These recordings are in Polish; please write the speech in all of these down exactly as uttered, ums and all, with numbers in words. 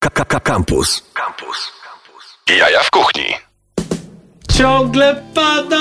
Campus. Campus. Jaja w kuchni. Ciągle pada!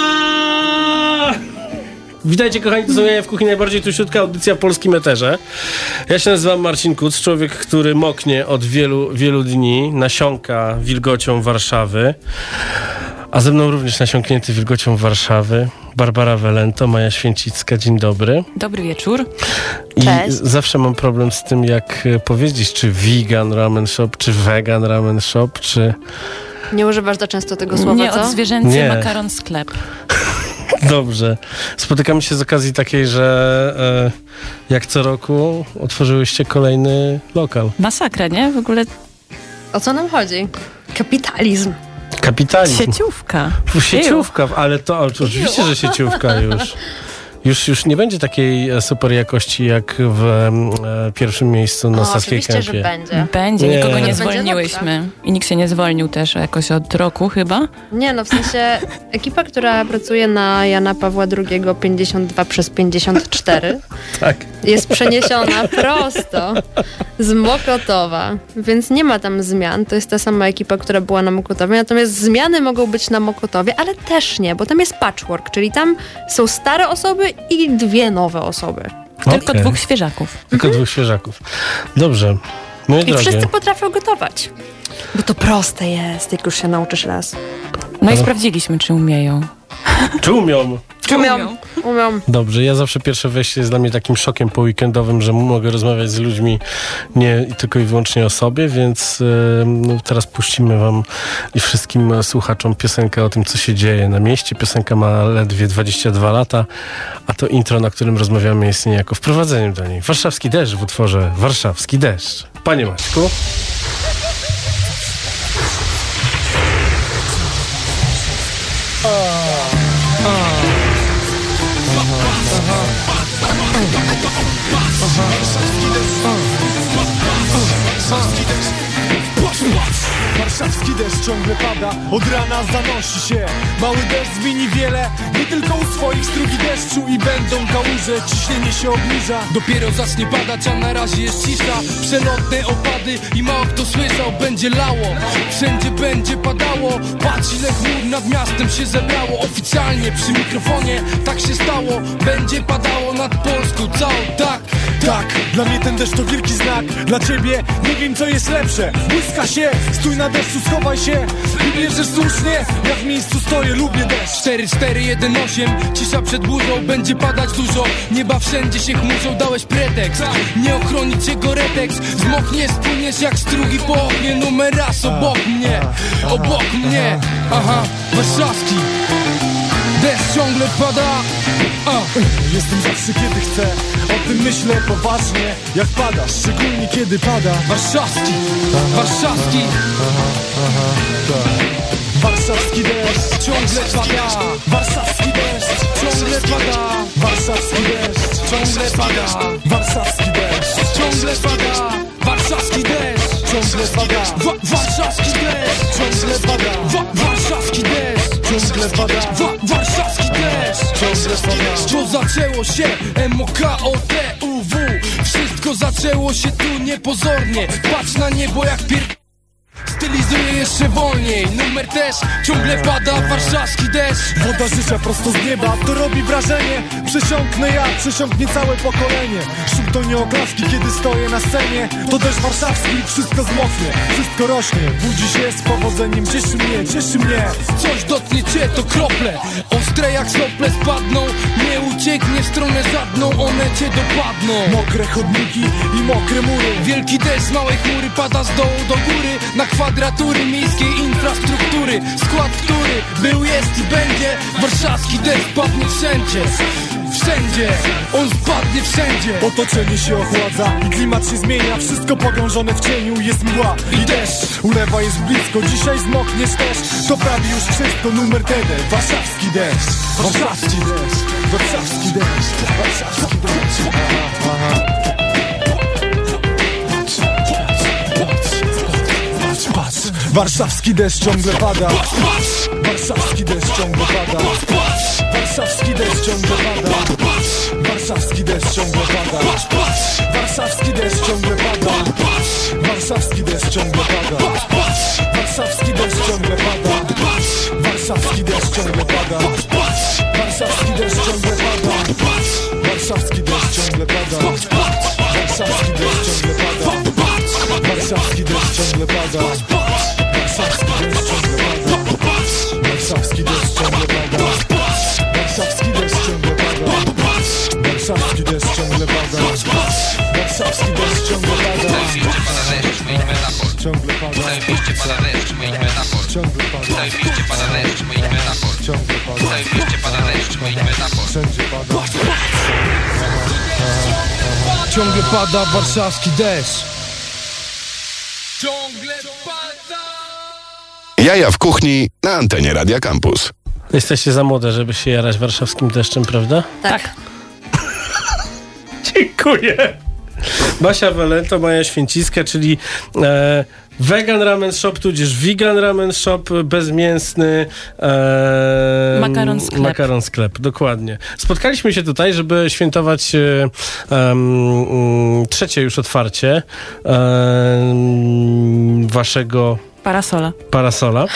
Witajcie kochani, to są Jaja w kuchni, najbardziej tuściutka audycja w polskim eterze. Ja się nazywam Marcin Kuc, człowiek, który moknie od wielu, wielu dni, nasiąka wilgocią Warszawy, a ze mną również nasiąknięty wilgocią Warszawy Barbara Welento, Maja Święcicka, dzień dobry. Dobry wieczór. I Cześć. zawsze mam problem z tym, jak powiedzieć, czy vegan ramen shop, czy vegan ramen shop, czy... Nie używasz za często tego słowa, Nie, co? od zwierzęcy Nie. makaron sklep. Dobrze. Spotykamy się z okazji takiej, że e, jak co roku otworzyłyście kolejny lokal. Masakra, nie? W ogóle O co nam chodzi? Kapitalizm. Kapitalizm. sieciówka. Sieciówka, ale to oczywiście, że sieciówka już. Już, już nie będzie takiej super jakości jak w e, pierwszym miejscu na O, Saskiej oczywiście, Kępie. że będzie. Będzie, Nie. nikogo nie Będzie zwolniłyśmy. I nikt się nie zwolnił też jakoś od roku chyba. Nie, no w sensie ekipa, która pracuje na Jana Pawła drugiego pięćdziesiąt dwa przez pięćdziesiąt cztery Tak. jest przeniesiona prosto z Mokotowa, więc nie ma tam zmian. To jest ta sama ekipa, która była na Mokotowie, natomiast zmiany mogą być na Mokotowie, ale też nie, bo tam jest patchwork, czyli tam są stare osoby i dwie nowe osoby. Tylko Okej. dwóch świeżaków. Tylko dwóch świeżaków. Dobrze. Moje I drogie. wszyscy potrafią gotować. Bo to proste jest, jak już się nauczysz raz. No i sprawdziliśmy, czy umieją. Czy umią? Umią. Umią. Dobrze, ja zawsze pierwsze wejście jest dla mnie takim szokiem po weekendowym, że mogę rozmawiać z ludźmi nie tylko i wyłącznie o sobie, więc yy, no, teraz puścimy wam i wszystkim słuchaczom piosenkę o tym, co się dzieje na mieście. Piosenka ma ledwie dwadzieścia dwa lata, a to intro, na którym rozmawiamy, jest niejako wprowadzeniem do niej. Warszawski deszcz w utworze Warszawski deszcz. Panie Maćku. Warszawski deszcz ciągle pada, od rana zanosi się. Mały deszcz zmieni wiele, nie tylko u swoich strugi deszczu. I będą kałuże, ciśnienie się obniża. Dopiero zacznie padać, a na razie jest cisza. Przelotne opady i mało kto słyszał. Będzie lało, wszędzie będzie padało. Patrz ile chmur nad miastem się zebrało. Oficjalnie przy mikrofonie tak się stało. Będzie padało nad Polską całą, tak. Tak, dla mnie ten deszcz to wielki znak. Dla ciebie nie wiem co jest lepsze. Błyska się, stój na deszczu, schowaj się. I bierzesz słusznie, ja w miejscu stoję, lubię deszcz. cztery cztery jeden osiem, cisza przed burzą. Będzie padać dużo, nieba wszędzie się chmurzą. Dałeś pretekst, nie ochroni cię go reteks. Zmoknie, spłyniesz jak strugi po oknie. Numer raz obok mnie, obok mnie. Aha, warszawski deszcz ciągle pada. A. Jestem zawsze kiedy chcę, o tym myślę poważnie. Jak pada, szczególnie kiedy pada. Warszawski, warszawski Warszawski deszcz ciągle pada. Warszawski deszcz Ciągle pada. Warszawski deszcz Ciągle pada. Warszawski deszcz Ciągle pada. Warszawski deszcz ciągle pada. Wa- Warszawski deszcz Ciągle pada. Wa- Warszawski deszcz Ciągle pada. Wa- Warszawski deszcz Ciągle pada. To zaczęło się M O K O T U W. Wszystko zaczęło się tu niepozornie. Patrz na niebo jak pier... Stylizuję jeszcze wolniej. Numer też ciągle pada. Warszawski deszcz. Woda życia prosto z nieba, to robi wrażenie. Przesiąknę ja, przesiąknie całe pokolenie. Szum to nie oklaski, kiedy stoję na scenie. To deszcz warszawski, wszystko zmoknie, wszystko rośnie. Budzi się z powodzeniem, cieszy mnie, cieszy mnie. Coś dotknie cię, to krople. Ostre jak sople spadną. Nie ucieknie w stronę żadną. One cię dopadną. Mokre chodniki i mokre mury. Wielki deszcz, małej chmury pada z dołu do góry. Na kwadratury miejskiej infrastruktury. Skład, który był, jest i będzie. Warszawski deszcz padnie wszędzie. Wszędzie, on spadnie wszędzie. Otoczenie się ochładza i klimat się zmienia. Wszystko pogrążone w cieniu, jest mgła i deszcz. Ulewa jest blisko, dzisiaj zmokniesz też. To prawie już wszystko, numer jeden. Warszawski deszcz, warszawski deszcz, warszawski deszcz, warszawski deszcz. Aha, aha. Warszawski deszcz ciągle pada. Warszawski deszcz ciągle pada. Warszawski deszcz ciągle pada. Warszawski deszcz ciągle pada. Warszawski deszcz ciągle pada. Warszawski deszcz ciągle pada. Warszawski deszcz ciągle pada. Warszawski deszcz ciągle pada. Warszawski deszcz ciągle pada. Warszawski deszcz ciągle pada. Warszawski deszcz ciągle pada. Warszawski deszcz ciągle pada. Warszawski deszcz ciągle pada. Warszawski deszcz ciągle pada. Warszawski deszcz ciągle pada. Warszawski deszcz ciągle pada. Warszawski deszcz ciągle pada. Ciągle pada. Ciągle pada. Ciągle pada. Wszędzie pada. Ciągle pada warszawski deszcz. Ciągle pada. Jaja w kuchni na antenie Radia Campus. Jesteście za młode, żeby się jarać warszawskim deszczem, prawda? Tak. Dziękuję. Basia Walento, Maja Święciska, czyli e, Vegan Ramen Shop, tudzież Vegan Ramen Shop, bezmięsny e, Makaron sklep. Makaron sklep, dokładnie. Spotkaliśmy się tutaj, żeby świętować e, e, trzecie już otwarcie e, waszego Parasola. Parasola.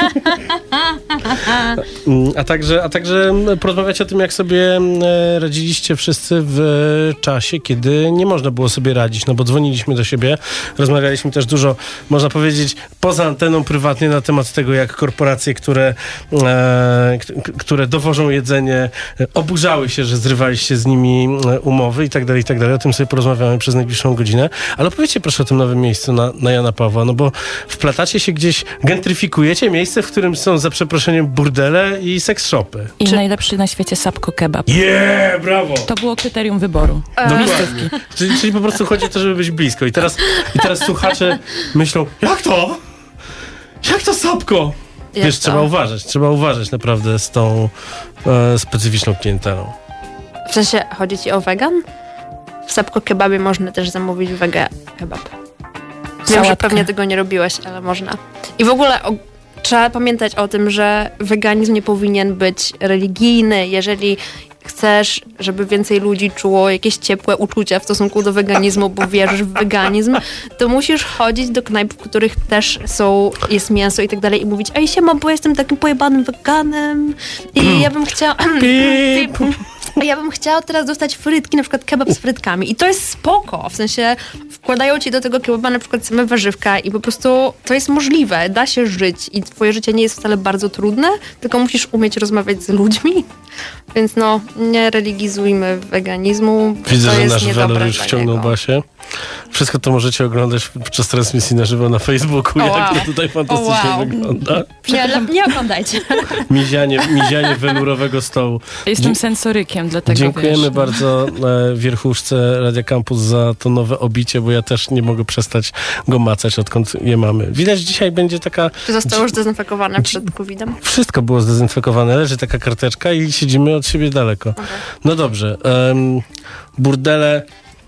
A także, a także porozmawiać o tym, jak sobie radziliście wszyscy w czasie, kiedy nie można było sobie radzić, no bo dzwoniliśmy do siebie, rozmawialiśmy też dużo, można powiedzieć, poza anteną prywatnie na temat tego, jak korporacje, które, e, k- które dowożą jedzenie, oburzały się, że zrywaliście z nimi umowy i tak dalej, i tak dalej. O tym sobie porozmawiamy przez najbliższą godzinę. Ale opowiedzcie proszę o tym nowym miejscu na, na Jana Pawła, no bo wplatacie się gdzieś, gentryfikujecie miejsce, w którym są za przeproszeniem burdele i seks shopy. I Czy... najlepszy na świecie Sapko Kebab. Yeah, brawo! To było kryterium wyboru. Dokładnie. Czyli, czyli po prostu chodzi o to, żeby być blisko. I teraz, i teraz słuchacze myślą, jak to? Jak to Sapko? Jak Wiesz, to? trzeba uważać, trzeba uważać naprawdę z tą e, specyficzną klientelą. W sensie, chodzi ci o wegan? W Sapko Kebabie można też zamówić wege kebab. Wiem, że Sałatkę. pewnie tego nie robiłeś, ale można. I w ogóle o, trzeba pamiętać o tym, że weganizm nie powinien być religijny. Jeżeli chcesz, żeby więcej ludzi czuło jakieś ciepłe uczucia w stosunku do weganizmu, bo wierzysz w weganizm, to musisz chodzić do knajp, w których też są, jest mięso i tak dalej i mówić, ej siema, bo jestem takim pojebanym weganem i ja bym chciała... Pip. Ja bym chciała teraz dostać frytki, na przykład kebab z frytkami. I to jest spoko. W sensie wkładają ci do tego kebaba na przykład same warzywka i po prostu to jest możliwe. Da się żyć i twoje życie nie jest wcale bardzo trudne, tylko musisz umieć rozmawiać z ludźmi. Więc no, nie religizujmy weganizmu. Widzę, to że jest nasz niedobre Weler już dla wciągnął niego. Basię. Wszystko to możecie oglądać podczas transmisji na żywo na Facebooku, O, jak wow. to tutaj fantastycznie O, wow. wygląda. Nie, ale nie oglądajcie. Mizianie, mizianie welurowego stołu. Jestem Dzie- sensorykiem, dlatego Dziękujemy wiesz. bardzo e, wierchuszce Radia Campus za to nowe obicie, bo ja też nie mogę przestać go macać, odkąd je mamy. Widać, dzisiaj będzie taka... Czy zostało już zdezynfekowane przed kowidem? Wszystko było zdezynfekowane, leży taka karteczka i siedzimy od siebie daleko. Okay. No dobrze. Um, burdele,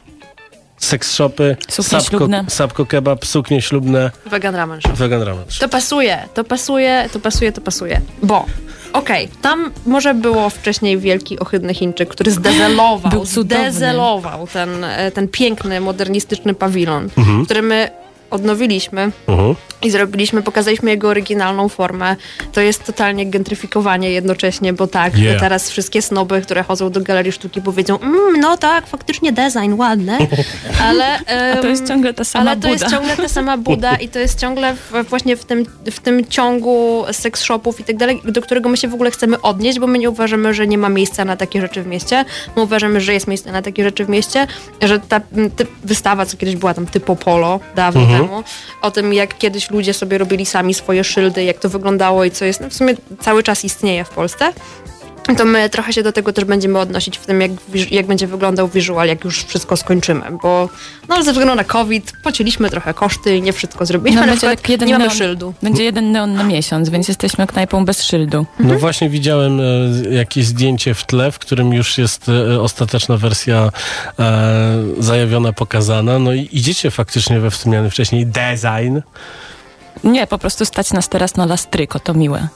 seks shopy, Suknie sapko, ślubne. sapko kebab, suknie ślubne, Vegan ramen shop. vegan ramen. To pasuje, to pasuje, to pasuje, to pasuje. Bo, okej, okay, tam może było wcześniej wielki, ohydny Chińczyk, który zdezelował, Był cudowny. zdezelował ten, e, ten piękny, modernistyczny pawilon, Mhm. który my odnowiliśmy Mhm. i zrobiliśmy, pokazaliśmy jego oryginalną formę. To jest totalnie gentryfikowanie jednocześnie, bo tak, Yeah. teraz wszystkie snoby, które chodzą do galerii sztuki, powiedzą, mm, no tak, faktycznie design ładny, ale... A to jest ciągle ta sama Ale to buda. jest ciągle ta sama buda i to jest ciągle w, właśnie w tym, w tym ciągu seks shopów i tak dalej, do którego my się w ogóle chcemy odnieść, bo my nie uważamy, że nie ma miejsca na takie rzeczy w mieście. My uważamy, że jest miejsce na takie rzeczy w mieście, że ta ty, wystawa, co kiedyś była tam typo polo, dawno Mhm. temu, o tym, jak kiedyś ludzie sobie robili sami swoje szyldy, jak to wyglądało i co jest, no w sumie cały czas istnieje w Polsce. To my trochę się do tego też będziemy odnosić w tym, jak, jak będzie wyglądał wizual, jak już wszystko skończymy, bo no, ze względu na COVID pocięliśmy trochę koszty i nie wszystko zrobiliśmy, No, na będzie przykład tak jeden nie mamy neon, szyldu. Będzie jeden neon na miesiąc, więc jesteśmy knajpą bez szyldu. No właśnie widziałem e, jakieś zdjęcie w tle, w którym już jest e, ostateczna wersja e, zajawiona, pokazana. No i idziecie faktycznie we wspomniany wcześniej design. Nie, po prostu stać nas teraz na lastryko, to miłe.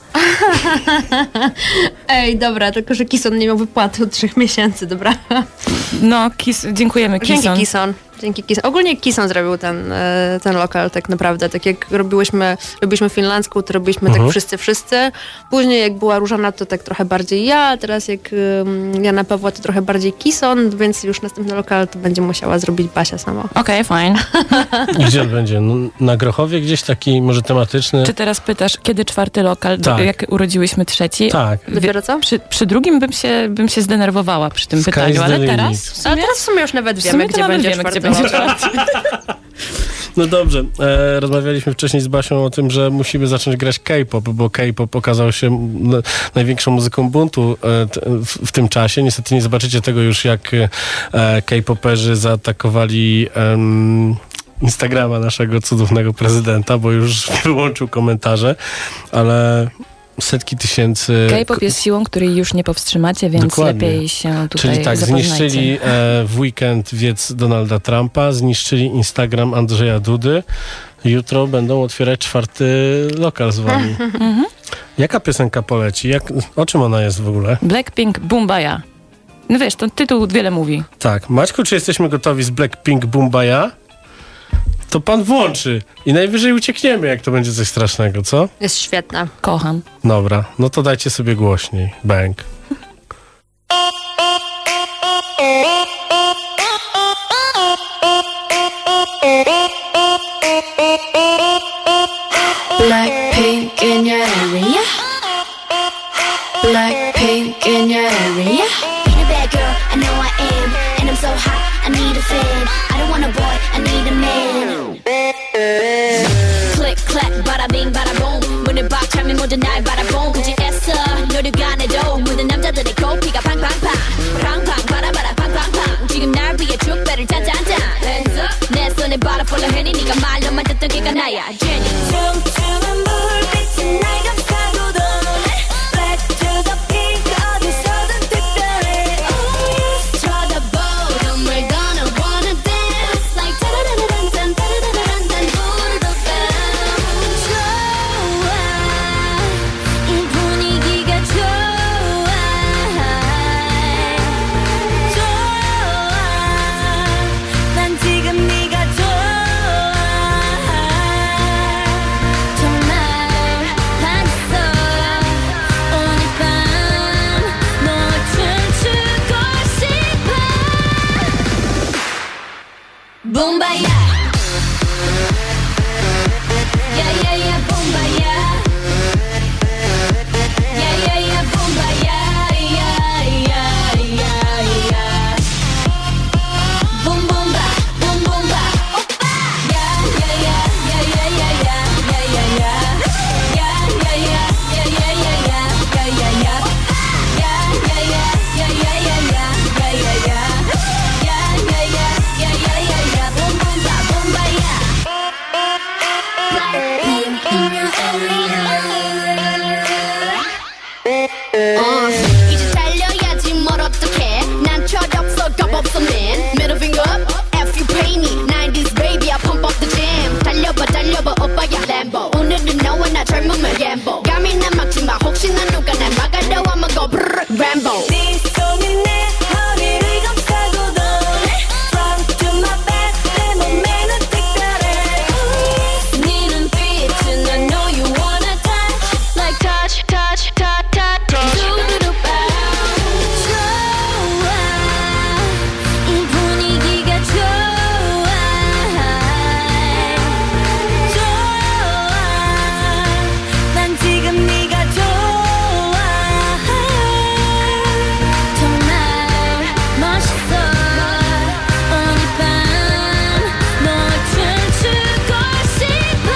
Ej, dobra, tylko że Kison nie miał wypłaty od trzech miesięcy, dobra? No, kis, dziękujemy, Dzięki, Kison. Kison. Dzięki Kison. Ogólnie Kison zrobił ten, e, ten lokal tak naprawdę. Tak jak robiłyśmy, robiliśmy finlandzką, to robiliśmy Mhm. tak wszyscy, wszyscy. Później jak była Różana, to tak trochę bardziej ja. Teraz jak um, Jana Pawła, to trochę bardziej Kison, więc już następny lokal to będzie musiała zrobić Basia sama. Okej, fajnie. Gdzie on będzie? No, na Grochowie gdzieś taki może tematyczny? Czy teraz pytasz, kiedy czwarty lokal, Tak. jak urodziłyśmy trzeci? Tak. Dopiero co? Przy, przy drugim bym się, bym się zdenerwowała przy tym Sky's pytaniu, the ale limit. teraz w Ale sumie, teraz w sumie już nawet w wiemy, sumie to gdzie nawet będzie wiemy, czwarty gdzie będzie lokal. czwarty. No dobrze, e, rozmawialiśmy wcześniej z Basią o tym, że musimy zacząć grać K-pop, bo K-pop okazał się m, największą muzyką buntu e, t, w, w tym czasie. Niestety nie zobaczycie tego już, jak e, K-poperzy zaatakowali em, Instagrama naszego cudownego prezydenta, bo już wyłączył komentarze, ale setki tysięcy... K-pop jest siłą, której już nie powstrzymacie, więc Dokładnie. lepiej się tutaj Czyli tak, zapoznajcie. zniszczyli e, w weekend wiec Donalda Trumpa, zniszczyli Instagram Andrzeja Dudy. Jutro będą otwierać czwarty lokal z wami. Jaka piosenka poleci? Jak, o czym ona jest w ogóle? Blackpink Boombayah. No wiesz, ten tytuł wiele mówi. Tak, Maćku, czy jesteśmy gotowi z Blackpink Boombayah? To pan włączy i najwyżej uciekniemy, jak to będzie coś strasznego, co? Jest świetna. Kocham. Dobra, no to dajcie sobie głośniej. Bang. Blackpink in your area. Blackpink in your area. Ain't a bad girl, I know I am. And I'm so hot, I need a fan. I don't want a boy, I need a man. Click, clack, bada bing, bada boom. 문을 박 차면 모든 날 바라본 굳이 애써 노력가 안 해도 모든 남자들의 코피가 팡팡팡 팡팡 바라바라 팡팡팡 지금 날 위해 축배를 짠짠짠 내 손에 바라 폴라 해니 네가 말로만 듣던 걔가 나야 제니 춤추는 불빛이 날 감싸고 도네 Black to the pink 어디서든 특별해 쳐다보던 we're gonna wanna dance like 따라라란딴 따라라란딴 부르던 bounce 좋아 이 분위기가 좋아 좋아 난 지금 네가 좋아 정말 반했어 오늘 밤너 춤추고 싶어 Boombayah Yeah yeah yeah Boombayah Yeah yeah yeah Boombayah Yeah yeah yeah yeah Boom boom ba boom boom ba Oppa Yeah yeah yeah yeah yeah yeah yeah yeah yeah yeah Yeah yeah yeah yeah yeah yeah yeah yeah yeah yeah Yeah yeah yeah yeah yeah yeah yeah yeah yeah yeah Yeah yeah yeah yeah yeah yeah yeah Boom boom ba Boombayah Blackpink in your area 어, 이제 달려야지 뭘 어떡해 난 철없어 겁없어 man Middle finger up if you pay me nineties baby I pump up the jam 달려봐 달려봐 오빠야 Lambo 오늘은 너와 나 젊음을 gamble 감히나 막지마 혹시나 누가 날 막아도 I'ma go brrr Rambo 네 손이 내 허리를 감싸고 도네 Front to my back 내 몸매는 특별해 네 눈빛은 I know you wanna touch Like touch touch touch touch 두루루 bounce 좋아 이 분위기가 좋아 좋아 난 지금 네가 좋아 정말 멋있어 오늘 밤너 춤추고 싶어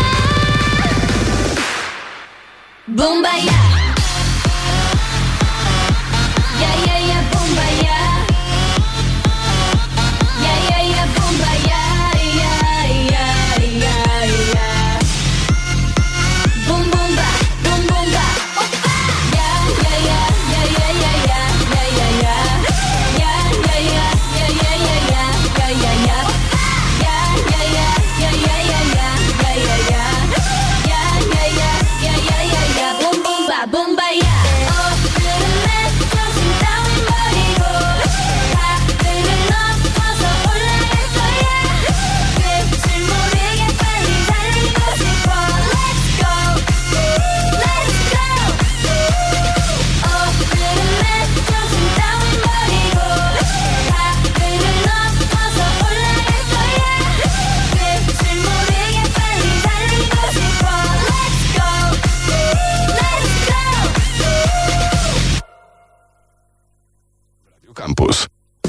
Boombayah Yeah yeah yeah Boombayah Yeah yeah yeah Boombayah Yeah yeah yeah yeah Boom boom ba boom boom ba Oppa Yeah yeah yeah yeah yeah yeah yeah yeah yeah yeah Yeah yeah yeah yeah yeah yeah yeah yeah yeah yeah Yeah yeah yeah yeah yeah yeah yeah yeah yeah yeah Yeah yeah yeah yeah yeah yeah yeah Boom boom ba Campus.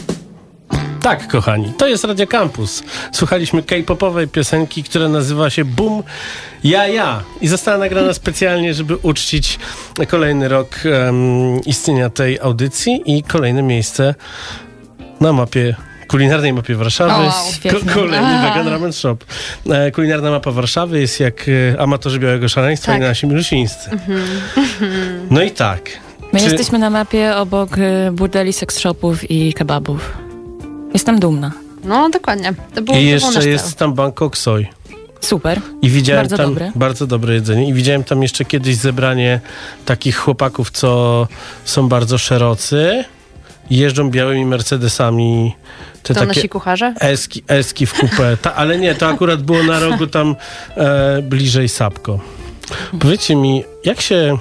Tak, kochani, to jest Radio Campus. Słuchaliśmy K-popowej piosenki, która nazywa się Boom Ja Ja i została nagrana specjalnie, żeby uczcić kolejny rok um, istnienia tej audycji i kolejne miejsce na mapie kulinarnej mapie Warszawy. O, wow, Ko- kolejny Vegan Ramen Shop. E, kulinarna mapa Warszawy jest jak e, amatorzy białego szaleństwa Tak. i nasi milusińscy. No i tak. My Czy- jesteśmy na mapie obok y, burdeli, seks shopów i kebabów. Jestem dumna. No, dokładnie. To był, I to był jeszcze nasz jest tam Bangkok Soy. Super. I widziałem Bardzo tam dobre. bardzo dobre jedzenie. I widziałem tam jeszcze kiedyś zebranie takich chłopaków, co są bardzo szerocy. Jeżdżą białymi Mercedesami. Te To takie nasi kucharze? eski, eski w kupę. Ta, ale nie, to akurat było na rogu tam e, bliżej Sapko. Powiedzcie mi, jak się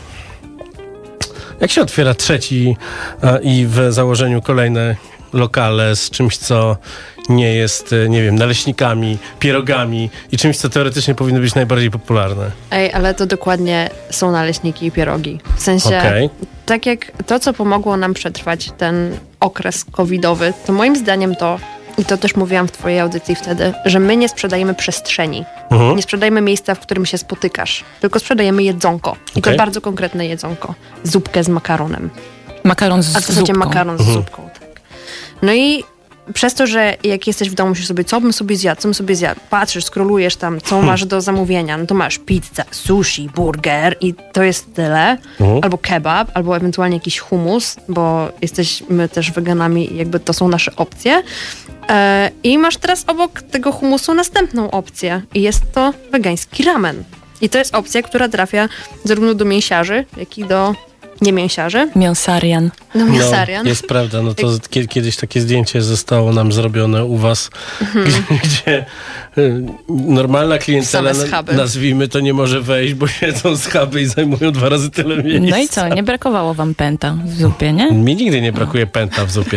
jak się otwiera trzeci e, i w założeniu kolejne lokale z czymś, co nie jest, e, nie wiem, naleśnikami, pierogami i czymś, co teoretycznie powinno być najbardziej popularne. Ej, ale to dokładnie są naleśniki i pierogi. W sensie, Okej. tak jak to, co pomogło nam przetrwać ten okres covidowy, to moim zdaniem to, i to też mówiłam w twojej audycji wtedy, że my nie sprzedajemy przestrzeni. Mhm. Nie sprzedajemy miejsca, w którym się spotykasz, tylko sprzedajemy jedzonko. I Okej. to bardzo konkretne jedzonko. Zupkę z makaronem. Makaron z A w zasadzie zupką. makaron z Mhm. zupką, tak. No i przez to, że jak jesteś w domu, musisz sobie, co bym sobie zjadł, co bym sobie zjadł, patrzysz, scrollujesz tam, co masz do zamówienia, no to masz pizzę, sushi, burger i to jest tyle. Mhm. Albo kebab, albo ewentualnie jakiś hummus, bo jesteśmy też weganami i jakby to są nasze opcje. E, I masz teraz obok tego hummusu następną opcję i jest to wegański ramen. I to jest opcja, która trafia zarówno do mięsiarzy, jak i do niemięsiarzy. Mięsarian. No, No, mięsarian. jest prawda, no to kie- kiedyś takie zdjęcie zostało nam zrobione u was, Mhm. gdzie, gdzie y, normalna klientela, Same schaby. nazwijmy to, nie może wejść, bo siedzą schaby i zajmują dwa razy tyle miejsca. No i co, nie brakowało wam pęta w zupie, nie? Mi nigdy nie brakuje pęta w zupie.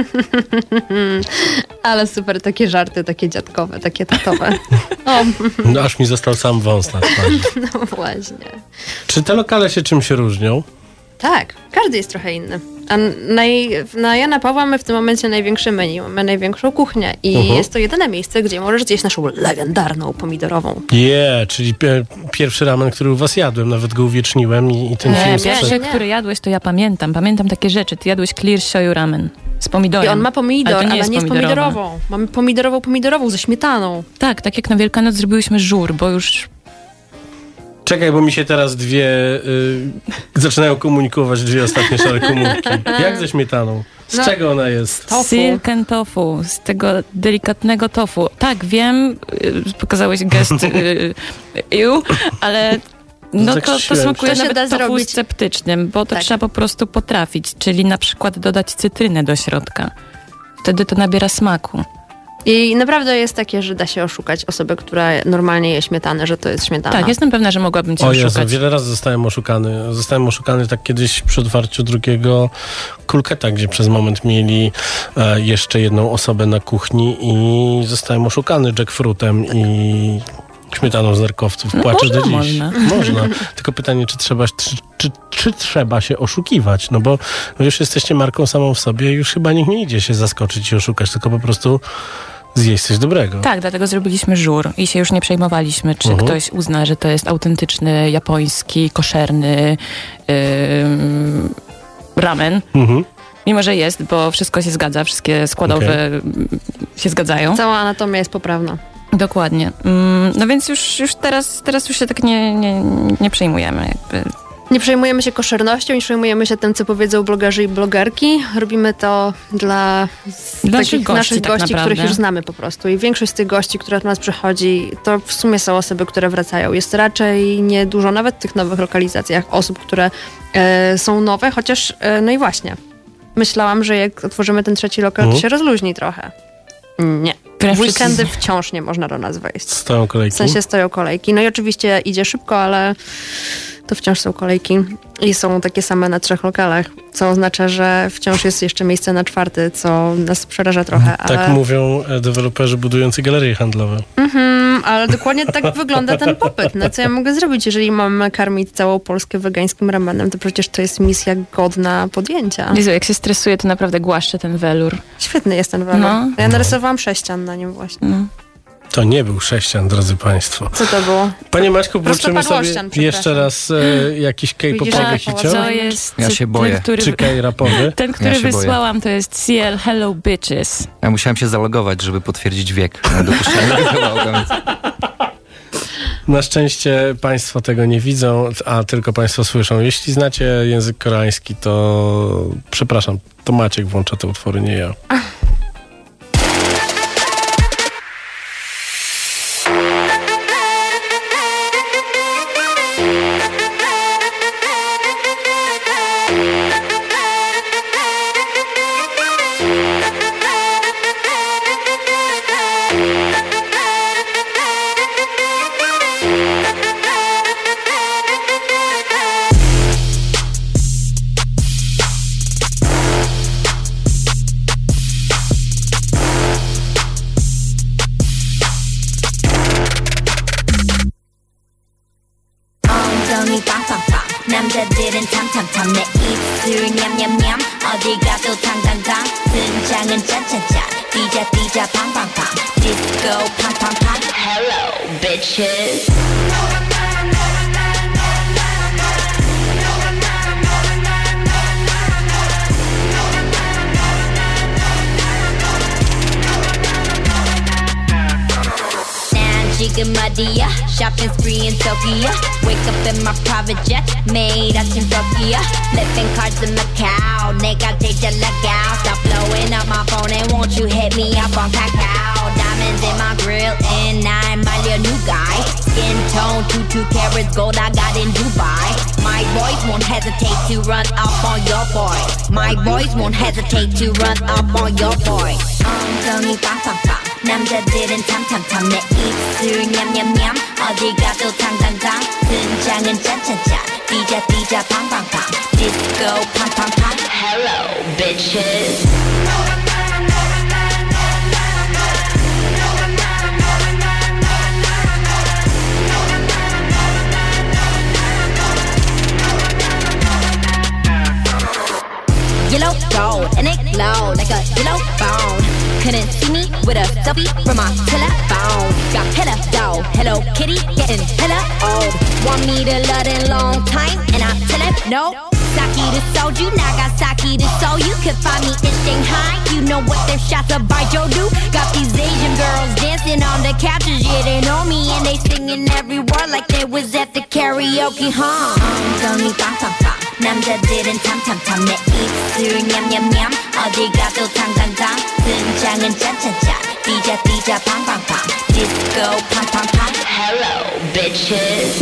Ale super, takie żarty, takie dziadkowe, takie tatowe. O, No aż mi został sam wąs na twarzy. no właśnie. Czy te lokale się czymś różnią? Tak, każdy jest trochę inny. A naj, na Jana Pawła mamy w tym momencie największe menu, mamy największą kuchnię i Mhm. jest to jedyne miejsce, gdzie możesz zjeść naszą legendarną pomidorową. Je, czyli pie- pierwszy ramen, który u was jadłem, nawet go uwieczniłem i, i ten Nie, film nie, sprzed... pierwszy, nie. który jadłeś, to ja pamiętam. Pamiętam takie rzeczy. Ty jadłeś clear shoyu ramen z pomidorem. I on ma pomidor, ale, to ale nie nie jest jest pomidorowa. pomidorową. Mamy pomidorową, pomidorową ze śmietaną. Tak, tak jak na Wielkanoc zrobiłyśmy żur, bo już Czekaj, bo mi się teraz dwie... Y, zaczynają komunikować dwie ostatnie szare komórki. Jak ze śmietaną? Z No. czego ona jest? Tofu. silken tofu, z tego delikatnego tofu. Tak, wiem, y, pokazałeś gest y, iu, ale no to, to Zakrzyłem smakuje się. To się nawet da tofu zrobić. sceptycznym, bo to Tak. trzeba po prostu potrafić, czyli na przykład dodać cytrynę do środka. Wtedy to nabiera smaku. I naprawdę jest takie, że da się oszukać osobę, która normalnie je śmietanę, że to jest śmietana. Tak, jestem pewna, że mogłabym cię O Jezu, oszukać. wiele razy zostałem oszukany. Zostałem oszukany tak kiedyś przy otwarciu drugiego Kulketa, gdzie przez moment mieli e, jeszcze jedną osobę na kuchni i zostałem oszukany jackfruitem i śmietaną z nerkowców. No Płaczę można, do dziś. można. Można. Tylko pytanie, czy trzeba, czy, czy, czy trzeba się oszukiwać? No bo wy już jesteście marką samą w sobie i już chyba nikt nie idzie się zaskoczyć i oszukać, tylko po prostu zjeść coś dobrego. Tak, dlatego zrobiliśmy żur i się już nie przejmowaliśmy, czy Mhm. ktoś uzna, że to jest autentyczny, japoński, koszerny ym, ramen. Mhm. Mimo, że jest, bo wszystko się zgadza, wszystkie składowe ym, się zgadzają. Cała anatomia jest poprawna. Dokładnie. Ym, no więc już, już teraz, teraz już się tak nie, nie, nie przejmujemy. Jakby. Nie przejmujemy się koszernością, nie przejmujemy się tym, co powiedzą blogerzy i blogerki. Robimy to dla, z Dla naszych takich gości, naszych tak gości, naprawdę. których już znamy po prostu. I większość z tych gości, które do nas przychodzi, to w sumie są osoby, które wracają. Jest raczej niedużo, nawet w tych nowych lokalizacjach, osób, które e, są nowe, chociaż, e, no i właśnie, myślałam, że jak otworzymy ten trzeci lokal, Mhm. to się rozluźni trochę. Nie. Wręcz W weekendy przeciwnie. wciąż nie można do nas wejść. Stoją kolejki. W sensie stoją kolejki. No i oczywiście idzie szybko, ale to wciąż są kolejki i są takie same na trzech lokalach, co oznacza, że wciąż jest jeszcze miejsce na czwarty, co nas przeraża trochę. Tak ale... mówią deweloperzy budujący galerie handlowe. Mhm, ale dokładnie tak wygląda ten popyt. No co ja mogę zrobić, jeżeli mamy karmić całą Polskę wegańskim ramenem, to przecież to jest misja godna podjęcia. Jezu, jak się stresuje, to naprawdę głaszczę ten welur. Świetny jest ten welur. No. Ja narysowałam sześcian na nim właśnie. No. To nie był sześcian, drodzy państwo. Co to było? Panie Maćku, włączymy sobie Prostopadłościan, jeszcze raz e, jakiś K-popowy Widzisz, hicior. To jest Ja się ten, boję. który, Czy K-rapowy. ten, który Ja się boję. wysłałam, to jest C L Hello Bitches. Ja musiałem się zalogować, żeby potwierdzić wiek dopuszczalnego kawałka, więc... Na szczęście państwo tego nie widzą, a tylko państwo słyszą. Jeśli znacie język koreański, to przepraszam, to Maciek włącza te utwory, nie ja. 엉덩이 빵빵빵 남자들은 탐탐탐 내 입술 냠냠냠 어디 가도 당당당 등장은 짠짠짠 뛰자 뛰자 팡팡팡 디스코 팡팡팡 Hello bitches 지금 어디야 shopping spree in Tokyo wake up in my private jet made out in Tokyo flipping cards in Macau 내가 제일 잘 나가 stop blowing up my phone and won't you hit me up on Kakao diamonds in my grill and I'm my little new guy skin tone two two carats gold I got in Dubai my boys won't hesitate to run up on your boy my boys won't hesitate to run up on your boy 엉덩이 빵빵빵 남자들은 탐탐탐 내 입술 냠냠냠 어디 가도 당당당 등장은 짠짠짠 뛰자 뛰자 팡팡팡 디스코 팡팡팡 Hello bitches Yellow gold and it glow like a yellow bone Couldn't see me with a selfie from my telephone Got hella dough, Hello Kitty getting hella old Want me to love in long time and I tell him no Saki to soju, Nagasaki to Seoul You could find me in Shanghai You know what them shots of Baijiu do Got these Asian girls dancing on the couches Yeah, they know me and they singing every word Like they was at the karaoke, huh? 엉덩이 빵빵빵 남자들은 탐탐탐 내 입술 냠냠냠 어디 가도 당당당 등장은 짠짠짠 뛰자 뛰자 팡팡팡 디스코 팡팡팡 Hello bitches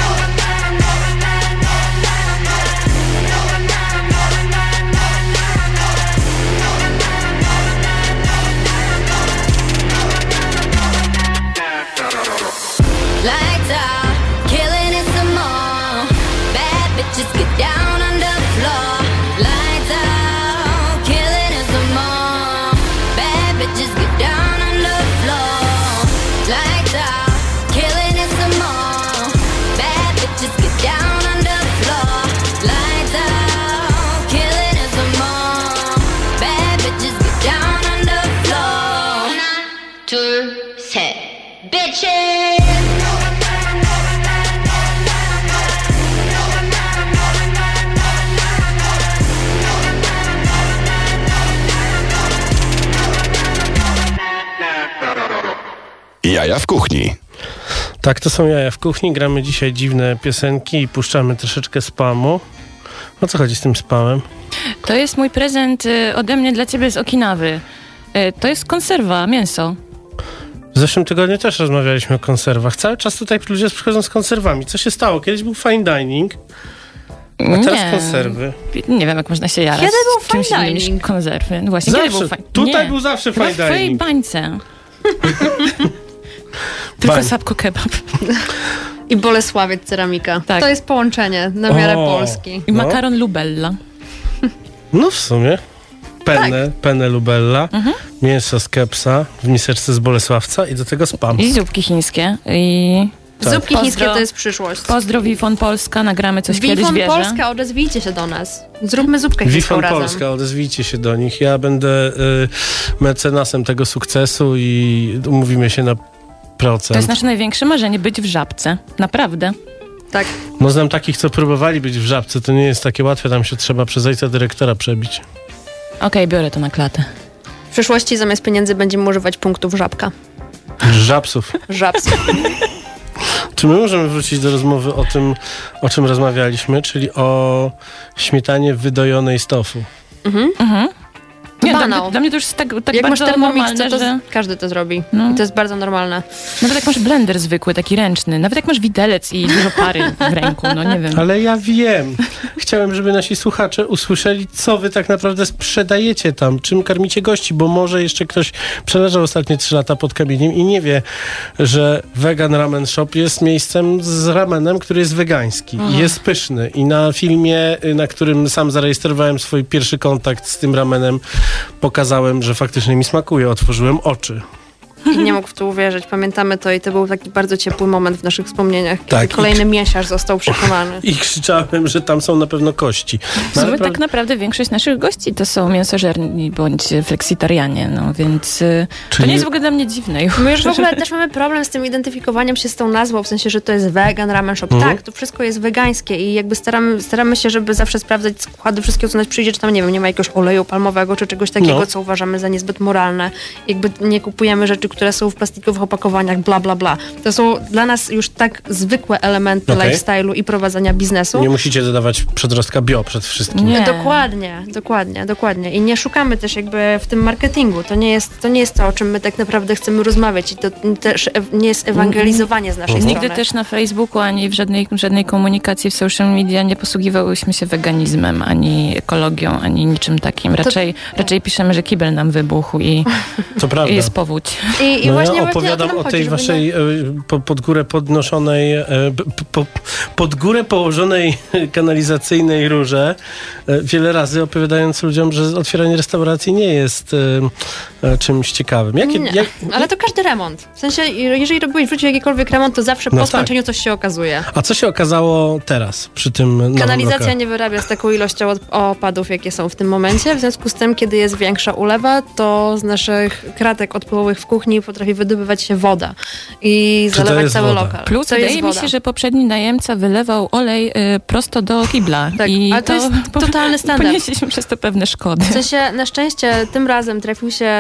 Lights out, killing it some more Bad bitches get down on the floor Lights out, killing it some more Bad bitches get down on the floor Lights out, killing it some more Bad bitches get down on the floor Lights out, killing it some more Bad bitches get down on the floor 하나, 둘, 셋 Bitches Jaja w kuchni. Tak, to są Jaja w kuchni. Gramy dzisiaj dziwne piosenki i puszczamy troszeczkę spamu. O co chodzi z tym spamem? To jest mój prezent y, ode mnie dla ciebie z Okinawy. Y, to jest konserwa, mięso. W zeszłym tygodniu też rozmawialiśmy o konserwach. Cały czas tutaj ludzie przychodzą z konserwami. Co się stało? Kiedyś był fine dining, a teraz Nie. konserwy. Nie wiem, jak można się jarać. Kiedy był z czymś fine innym niż dining? konserwy. No właśnie, Zawsze. kiedy był fine... Tutaj Nie. był zawsze Chyba fine w twojej dining. bańce. Tylko Bań. sapko kebab. I Bolesławiec ceramika. Tak. To jest połączenie na miarę O. Polski. I makaron Lubella. No w sumie. Penne, Tak. penne lubella, Mhm. mięso z kepsa w miseczce z Bolesławca i do tego spam. I zupki chińskie. I Tak. Zupki Pozdro- chińskie to jest przyszłość. pozdro Wifon Polska, nagramy coś kiedyś, Wifon wierzę. Polska, odezwijcie się do nas. Zróbmy zupkę chińską Wifon razem. Polska, odezwijcie się do nich. Ja będę y, mecenasem tego sukcesu i umówimy się na procent. To jest nasze największe marzenie, być w Żabce. Naprawdę. Tak. No znam takich, co próbowali być w Żabce. To nie jest takie łatwe, tam się trzeba przez ojca dyrektora przebić. Okej, biorę to na klatę. W przyszłości zamiast pieniędzy będziemy używać punktów żabka. Żabsów. Żabs. Czy my możemy wrócić do rozmowy o tym, o czym rozmawialiśmy, czyli o śmietanie wydojonej z tofu? Mhm. Mhm. Nie, dla Banał. mnie, dla mnie to już jest tak, tak Jak masz bardzo Thermomix, normalne, to, to że... każdy to zrobi. No. I to jest bardzo normalne. Nawet jak masz blender zwykły, taki ręczny, nawet jak masz widelec i dużo pary w ręku, no nie wiem. Ale ja wiem. Chciałem, żeby nasi słuchacze usłyszeli, co wy tak naprawdę sprzedajecie tam, czym karmicie gości, bo może jeszcze ktoś przeleżał ostatnie trzy lata pod kamieniem i nie wie, że Vegan Ramen Shop jest miejscem z ramenem, który jest wegański i jest pyszny. I na filmie, na którym sam zarejestrowałem swój pierwszy kontakt z tym ramenem, pokazałem, że faktycznie mi smakuje. Otworzyłem oczy. I nie mógł w to uwierzyć. Pamiętamy to i to był taki bardzo ciepły moment w naszych wspomnieniach, kiedy Tak, kolejny i- mięsiarz został przekonany. I krzyczałem, że tam są na pewno kości. W No, sumie ale tak naprawdę większość naszych gości to są mięsożerni bądź fleksitarianie, no więc y, to Czyli- nie jest w ogóle dla mnie dziwne. Już. My już w ogóle też mamy problem z tym identyfikowaniem się z tą nazwą, w sensie, że to jest vegan ramen shop. Mhm. Tak, to wszystko jest wegańskie i jakby staramy, staramy się, żeby zawsze sprawdzać składy wszystkiego, co nas przyjdzie, czy tam, nie wiem, nie ma jakiegoś oleju palmowego, czy czegoś takiego, No. co uważamy za niezbyt moralne. Jakby nie kupujemy rzeczy, które są w plastikowych opakowaniach, bla, bla, bla. To są dla nas już tak zwykłe elementy Okej. lifestyle'u i prowadzenia biznesu. Nie musicie dodawać przedrostka bio przed wszystkim. Nie. Dokładnie, dokładnie, dokładnie. I nie szukamy też jakby w tym marketingu. To nie jest to, nie jest to o czym my tak naprawdę chcemy rozmawiać i to też e- nie jest ewangelizowanie z naszej Mhm. Nigdy strony. też na Facebooku, ani w żadnej, w żadnej komunikacji w social media nie posługiwałyśmy się weganizmem, ani ekologią, ani niczym takim. Raczej, raczej piszemy, że kibel nam wybuchł i, To prawda. i jest powódź. I, i No właśnie, ja właśnie opowiadam to nam o chodzi, tej żeby waszej nie- e, po, pod górę podnoszonej, e, p- po, pod górę położonej kanalizacyjnej rurze, e, wiele razy opowiadając ludziom, że otwieranie restauracji nie jest e, e, czymś ciekawym. Jakie, Nie, jak, ale to każdy remont. W sensie, jeżeli robiłeś w życiu jakikolwiek remont, to zawsze No po tak. skończeniu coś się okazuje. a co się okazało teraz przy tym nowym Kanalizacja lokalu? nie wyrabia z taką ilością od- opadów, jakie są w tym momencie. W związku z tym, kiedy jest większa ulewa, to z naszych kratek odpływowych w kuchni potrafi wydobywać się woda i Czy to zalewać jest cały woda? lokal. Plus to wydaje jest mi woda. się, że poprzedni najemca wylewał olej y, prosto do kibla. Tak, I ale to jest totalny standard. Ponieśliśmy przez to pewne szkody. W sensie, na szczęście tym razem trafił się,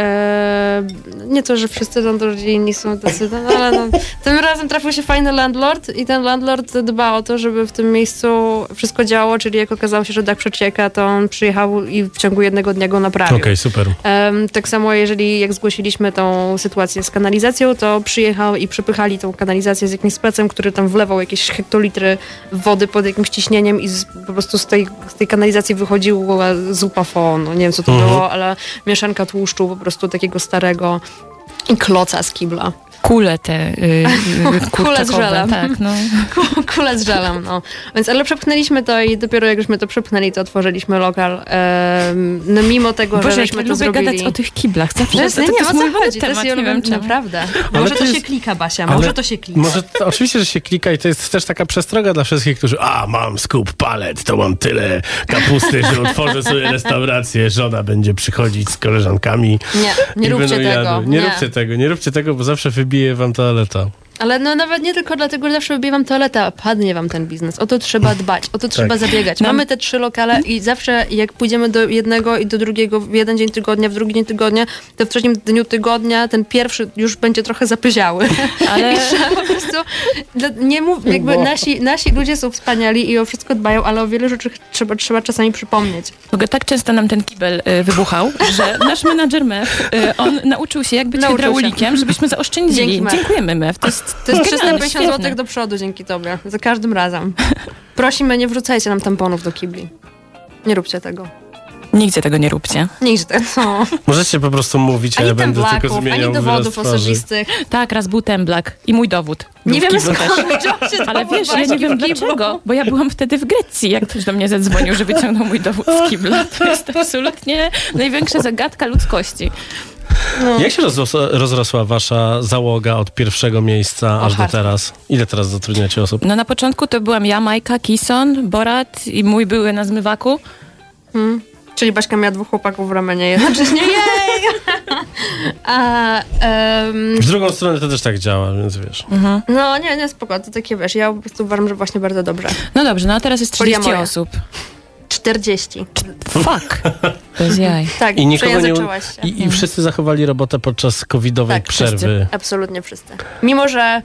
e, nie to, że wszyscy landlordzi inni są tacy, no, ale no, tym razem trafił się fajny landlord i ten landlord dba o to, żeby w tym miejscu wszystko działało, czyli jak okazało się, że dach przecieka, to on przyjechał i w ciągu jednego dnia go naprawił. Okej, super. Em, tak samo jeżeli jak zgłosiliśmy tą sytuację z kanalizacją, to przyjechał i przepychali tą kanalizację z jakimś specem, który tam wlewał jakieś hektolitry wody pod jakimś ciśnieniem i z, po prostu z tej, z tej kanalizacji wychodziła zupa fo, no nie wiem co to Mhm. było, ale mieszanka tłuszczu po prostu takiego starego i kloca z kibla. Kule te y, y, kurczakowe, z żelem. tak, no. Kule z żelem, no. Więc ale przepchnęliśmy to i dopiero jak żeśmy to przepchnęli, to otworzyliśmy lokal. Em, no mimo tego, Boże, że jak żeśmy ja to lubię zrobili. gadać o tych kiblach. Zawsze To jest, to, nie, to, nie jest o mój co ulubiony chodzi, to temat, jest nie wiem czemu. naprawdę. Ale Może to to, jest- się klika, Basia, Ale może to się klika. Może to, oczywiście, że się klika i to jest też taka przestroga dla wszystkich, którzy a, mam skup palet, to mam tyle kapusty, że otworzę sobie restaurację, żona będzie przychodzić z koleżankami. Nie, nie i róbcie będą tego. jadły. Nie, róbcie tego, nie róbcie tego, bo zawsze wybije wam toaleta. Ale no nawet nie tylko dlatego, że zawsze wybije wam toaletę, a padnie wam ten biznes. O to trzeba dbać, o to trzeba zabiegać. Nam- Mamy te trzy lokale i zawsze jak pójdziemy do jednego i do drugiego w jeden dzień tygodnia, w drugi dzień tygodnia, to w trzecim dniu tygodnia ten pierwszy już będzie trochę zapyziały. Ale I trzeba po prostu, dla- nie mów, jakby Bo- nasi, nasi ludzie są wspaniali i o wszystko dbają, ale o wiele rzeczy trzeba, trzeba czasami przypomnieć. w ogóle tak często nam ten kibel y, wybuchał, że nasz menadżer Mew, y, on nauczył się jak być Nauczył się. hydraulikiem, żebyśmy zaoszczędzili. Dzięki, Mew. Dziękujemy, Mew. To jest, To jest genialne, trzysta pięćdziesiąt świetne. złotych do przodu dzięki tobie. Za każdym razem. Prosimy, nie wrzucajcie nam tamponów do kibli. Nie róbcie tego. Nigdzie tego nie róbcie. Nigdzie, no. Możecie po prostu mówić, a Ani ja będę tylko temblaków, zmieniał ani dowodów wyraz twarzy. osobistych. Tak, raz był temblak i mój dowód. Był Nie w wiemy kiblu skąd też. wziął się Ale dowód wiesz, ja nie właśnie wiem w kiblu. dlaczego, bo ja byłam wtedy w Grecji, jak ktoś do mnie zadzwonił, że wyciągnął mój dowód z kibla. To jest absolutnie największa zagadka ludzkości. No. Jak się rozrosła, rozrosła wasza załoga od pierwszego miejsca aż do hardcore. teraz? Ile teraz zatrudniacie osób? No na początku to byłam ja, Majka, Kison, Borat i mój były na zmywaku. Hmm. Czyli Baśka miała dwóch chłopaków w ramenie jednocześnie. Jej! A, um, W drugą stronę to też tak działa, więc wiesz. Mhm. no nie, nie, spoko, to takie wiesz, ja po prostu uważam, że właśnie bardzo dobrze. No dobrze, no a teraz jest trzydzieści Poliamoria. osób. czterdzieści. Fuck. Bez jaj. Tak, I nikogo nie... przejęzyczyłaś się. I, I wszyscy zachowali robotę podczas covidowej Tak, przerwy. wszyscy. Absolutnie wszyscy. Mimo, że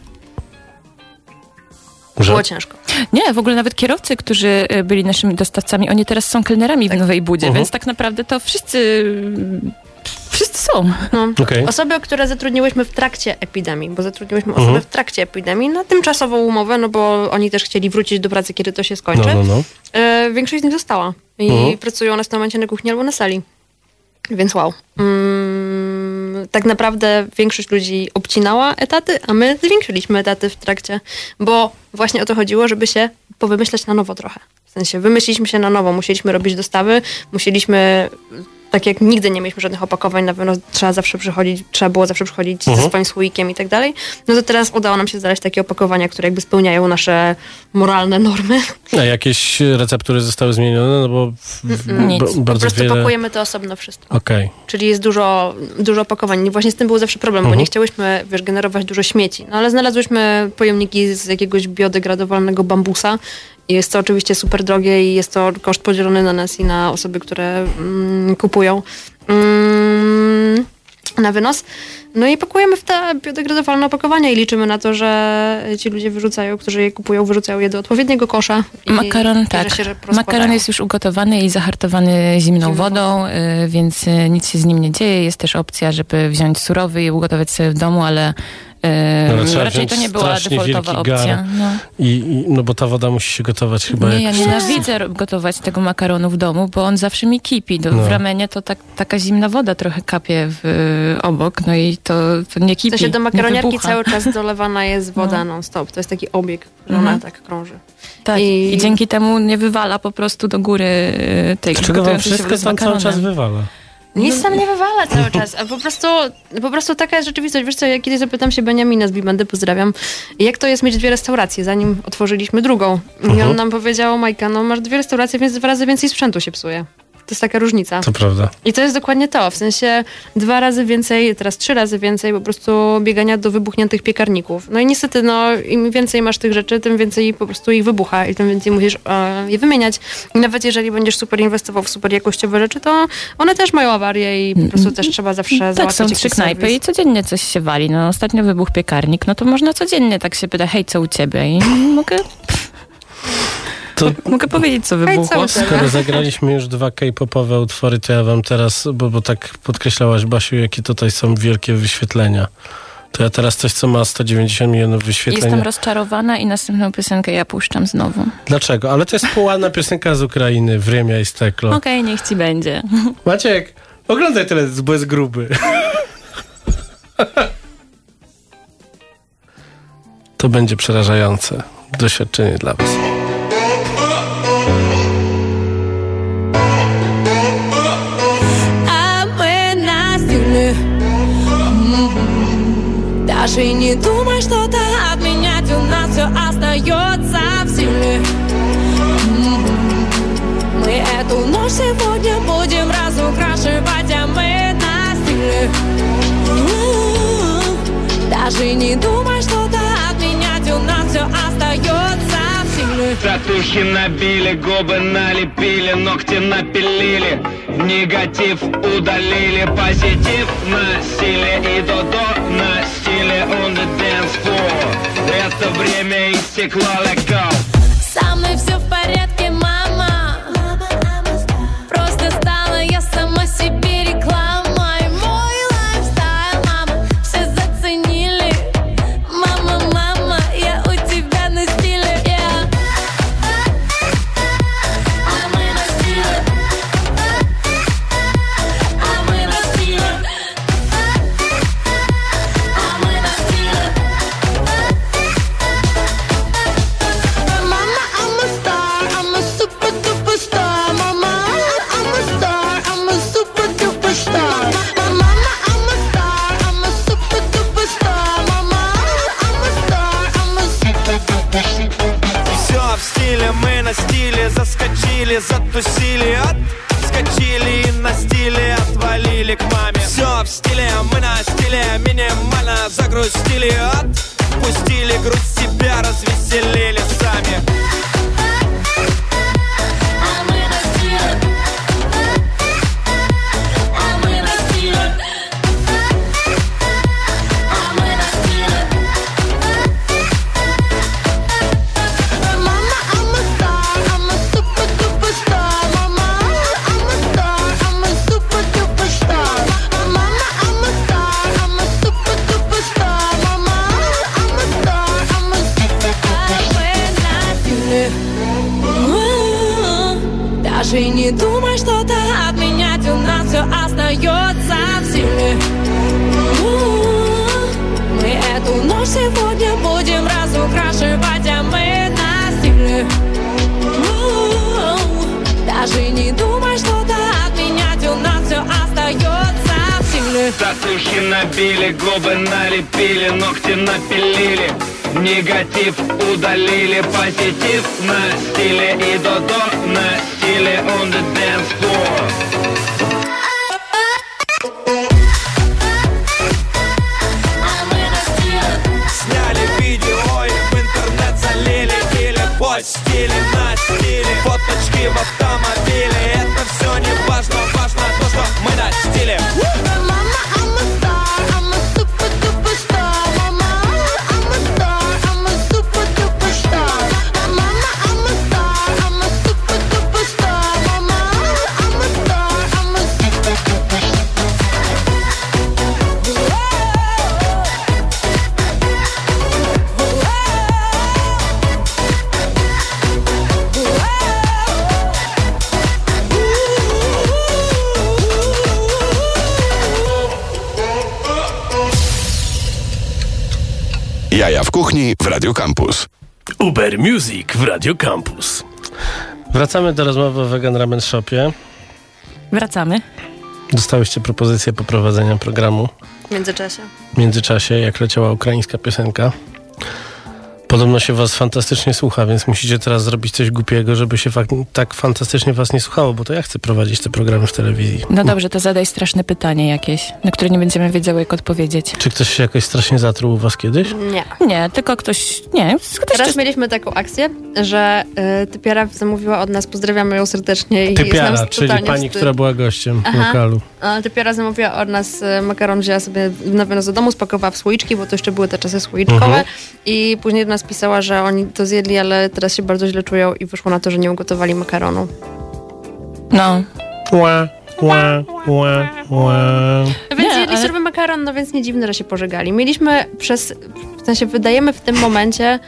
Że? było ciężko. Nie, w ogóle nawet kierowcy, którzy y, byli naszymi dostawcami, oni teraz są kelnerami w Nowej Budzie, Mhm. więc tak naprawdę to wszyscy... Wszyscy są. No. Okej. Osoby, które zatrudniłyśmy w trakcie epidemii, bo zatrudniłyśmy osoby Mhm. w trakcie epidemii na tymczasową umowę, no bo oni też chcieli wrócić do pracy, kiedy to się skończy. No, no, no. E, większość z nich została i Mhm. pracują na tym momencie na kuchni albo na sali. Więc wow. Mm, tak naprawdę większość ludzi obcinała etaty, a my zwiększyliśmy etaty w trakcie, bo właśnie o to chodziło, żeby się powymyślać na nowo trochę. W sensie wymyśliliśmy się na nowo, musieliśmy robić dostawy, musieliśmy, tak jak nigdy nie mieliśmy żadnych opakowań, na pewno trzeba zawsze przychodzić, trzeba było zawsze przychodzić Mhm. ze swoim słoikiem i tak dalej, no to teraz udało nam się znaleźć takie opakowania, które jakby spełniają nasze moralne normy. A jakieś receptury zostały zmienione? No bo w, w, Nic. b- Po bardzo prostu wiele... pakujemy to osobno wszystko. Okej. Czyli jest dużo, dużo opakowań. I właśnie z tym był zawsze problem, Mhm. bo nie chciałyśmy, wiesz, generować dużo śmieci. No ale znalazłyśmy pojemniki z jakiegoś biodegradowalnego bambusa i jest to oczywiście super drogie i jest to koszt podzielony na nas i na osoby, które mm, kupują mm, na wynos. No i pakujemy w te biodegradowalne opakowania i liczymy na to, że ci ludzie wyrzucają, którzy je kupują, wyrzucają je do odpowiedniego kosza. I Makaron, bierze tak. się, że rozkładają. Makaron jest już ugotowany i zahartowany zimną wodą, y, więc y, nic się z nim nie dzieje. Jest też opcja, żeby wziąć surowy i ugotować sobie w domu, ale y, No, trzeba raczej wziąć to nie była strasznie defaultowa wielki opcja. gar. No. I, I, no bo ta woda musi się gotować chyba Nie, ja jakoś... nienawidzę ro- gotować tego makaronu w domu, bo on zawsze mi kipi. Do, No. W ramenie to tak, taka zimna woda trochę kapie w, y, obok, no i to, to nie W kipi. sensie do nie makaroniarki wybucha. cały czas dolewana jest woda No. non-stop. To jest taki obieg, że Mhm. ona tak krąży. Tak, i... I- dzięki temu nie wywala po prostu do góry y, tej Dlaczego wam gotującej się wszystko z tam cały makaronem. czas wywala? Nic tam nie wywala cały czas, a po prostu, po prostu taka jest rzeczywistość. Wiesz co, ja kiedyś zapytam się Beniamina z Bibandy, pozdrawiam, jak to jest mieć dwie restauracje, zanim otworzyliśmy drugą. I Mhm. on nam powiedział, Majka, no masz dwie restauracje, więc dwa razy więcej sprzętu się psuje. To jest taka różnica. To prawda. I to jest dokładnie to, w sensie dwa razy więcej, teraz trzy razy więcej po prostu biegania do wybuchniętych piekarników. No i niestety, no im więcej masz tych rzeczy, tym więcej po prostu ich wybucha i tym więcej musisz e, je wymieniać. I nawet jeżeli będziesz super inwestował w super jakościowe rzeczy, to one też mają awarię i po prostu też trzeba zawsze Tak, załatwiać są jakiś trzy knajpy serwis. i codziennie coś się wali. No, ostatnio wybuchł piekarnik, no to można codziennie tak się pyta, hej, co u ciebie? I mogę, To mogę powiedzieć, co Hej, wybuchło. co u ciebie? skoro zagraliśmy już dwa K-popowe utwory, to ja wam teraz, bo, bo tak podkreślałaś, Basiu, jakie tutaj są wielkie wyświetlenia. To ja teraz coś, co ma sto dziewięćdziesiąt milionów wyświetleń. Jestem rozczarowana i następną piosenkę ja puszczam znowu. Dlaczego? Ale to jest poładna piosenka z Ukrainy, Wremia i Steklo. Okej, niech ci będzie. Maciek, oglądaj teledysk, bo jest gruby. To będzie przerażające doświadczenie dla was. А мы на стиле. М-м-м. Даже не думай что-то отменять, у нас все остается в силе. М-м-м. Мы эту ночь сегодня будем разукрашивать, а мы на стиле. М-м-м. Даже не думай что-то отменять, у нас все остается в силе. Татухи набили, губы налепили, ногти напилили, негатив удалили, позитив носили и до-до на стиле on the dance floor. Это время истекло, let go. Со мной все в порядке, мама. Просто стала я сама себе рекламой. Мой лайфстайл, мама, все заценили. Мама, мама, я у тебя на стиле. Yeah. А мы на стиле. стиле, мы на стиле заскочили, затусили, отскочили и на стиле отвалили к маме. Все в стиле, мы на стиле, минимально загрустили, отпустили грусть, себя развеселили сами. Даже не думай что-то отменять, у нас все остается в силе. Мы эту ночь сегодня будем разукрашивать, а мы на стиле. Даже не думай что-то отменять, у нас все остается в силе. Татухи набили, губы налепили, ногти напилили. Негатив удалили, позитив на стиле и до-до на стиле on the dance floor. Сняли видео и в интернет залили, или постили на стиле. Фоточки в автомобиле, это все не важно, важно то, что мы на стиле. Jaja w kuchni w Radio Campus. Uber Music w Radio Campus. Wracamy do rozmowy o Vegan Ramen Shopie. Wracamy. Dostałyście propozycję poprowadzenia programu. W międzyczasie. W międzyczasie, jak leciała ukraińska piosenka. Podobno się was fantastycznie słucha, więc musicie teraz zrobić coś głupiego, żeby się fak- tak fantastycznie was nie słuchało, bo to ja chcę prowadzić te programy w telewizji. No dobrze, to zadaj straszne pytanie jakieś, na które nie będziemy wiedziały, jak odpowiedzieć. Czy ktoś się jakoś strasznie zatruł u was kiedyś? Nie. Nie, tylko ktoś... Nie. Ktoś Teraz czyst... mieliśmy taką akcję, że y, Typiara zamówiła od nas, pozdrawiamy ją serdecznie. Typiara, jest nam czyli totalnie pani, wstyd. która była gościem Aha. lokalu. A Typiara zamówiła od nas y, makaron, wzięła sobie na do domu, spakowała w słoiczki, bo to jeszcze były te czasy słoiczkowe. Mhm. I później do nas pisała, że oni to zjedli, ale teraz się bardzo źle czują i wyszło na to, że nie ugotowali makaronu. No. Ła, ła, ła, ła. Więc Nie, jedli ale- surowy makaron, no więc nie dziwne, że się pożegali. Mieliśmy przez, w sensie wydajemy w tym momencie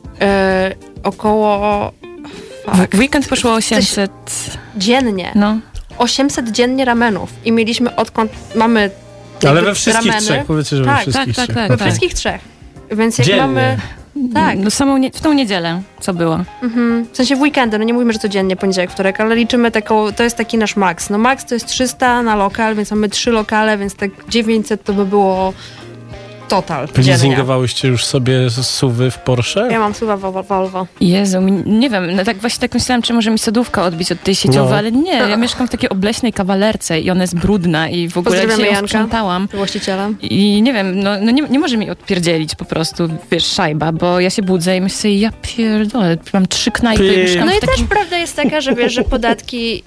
e, około... Fuck. W weekend poszło osiemset. Dziennie. No. osiemset dziennie ramenów. I mieliśmy odkąd mamy Ale jakby we wszystkich rameny. trzech, powiedzcie, że we Tak, wszystkich tak, trzech. tak, We tak. wszystkich trzech. Więc jak Dziennie. mamy... Tak. No, samą nie, w tą niedzielę, co było. Mhm. W sensie w weekendy, no nie mówimy, że codziennie, poniedziałek, wtorek, ale liczymy taką, to jest taki nasz maks. No maks to jest trzysta na lokal, więc mamy trzy lokale, więc tak dziewięćset to by było total dziennie. Leasingowałyście już sobie suwy w Porsche? Ja mam suwa Vol- Volvo. Jezu, mi- nie wiem, no tak właśnie tak myślałam, czy może mi sodówka odbić od tej sieciowej, No. ale nie, ja mieszkam w takiej obleśnej kawalerce i ona jest brudna i w ogóle Pozdrawiamy dzisiaj ją Janka. sprzątałam. Właściciela. I nie wiem, no, no nie, nie może mi odpierdzielić po prostu, wiesz, szajba, bo ja się budzę i myślę sobie, ja pierdolę, mam trzy knajpy, Py. mieszkam No w i takim... też prawda jest taka, że wiesz, że podatki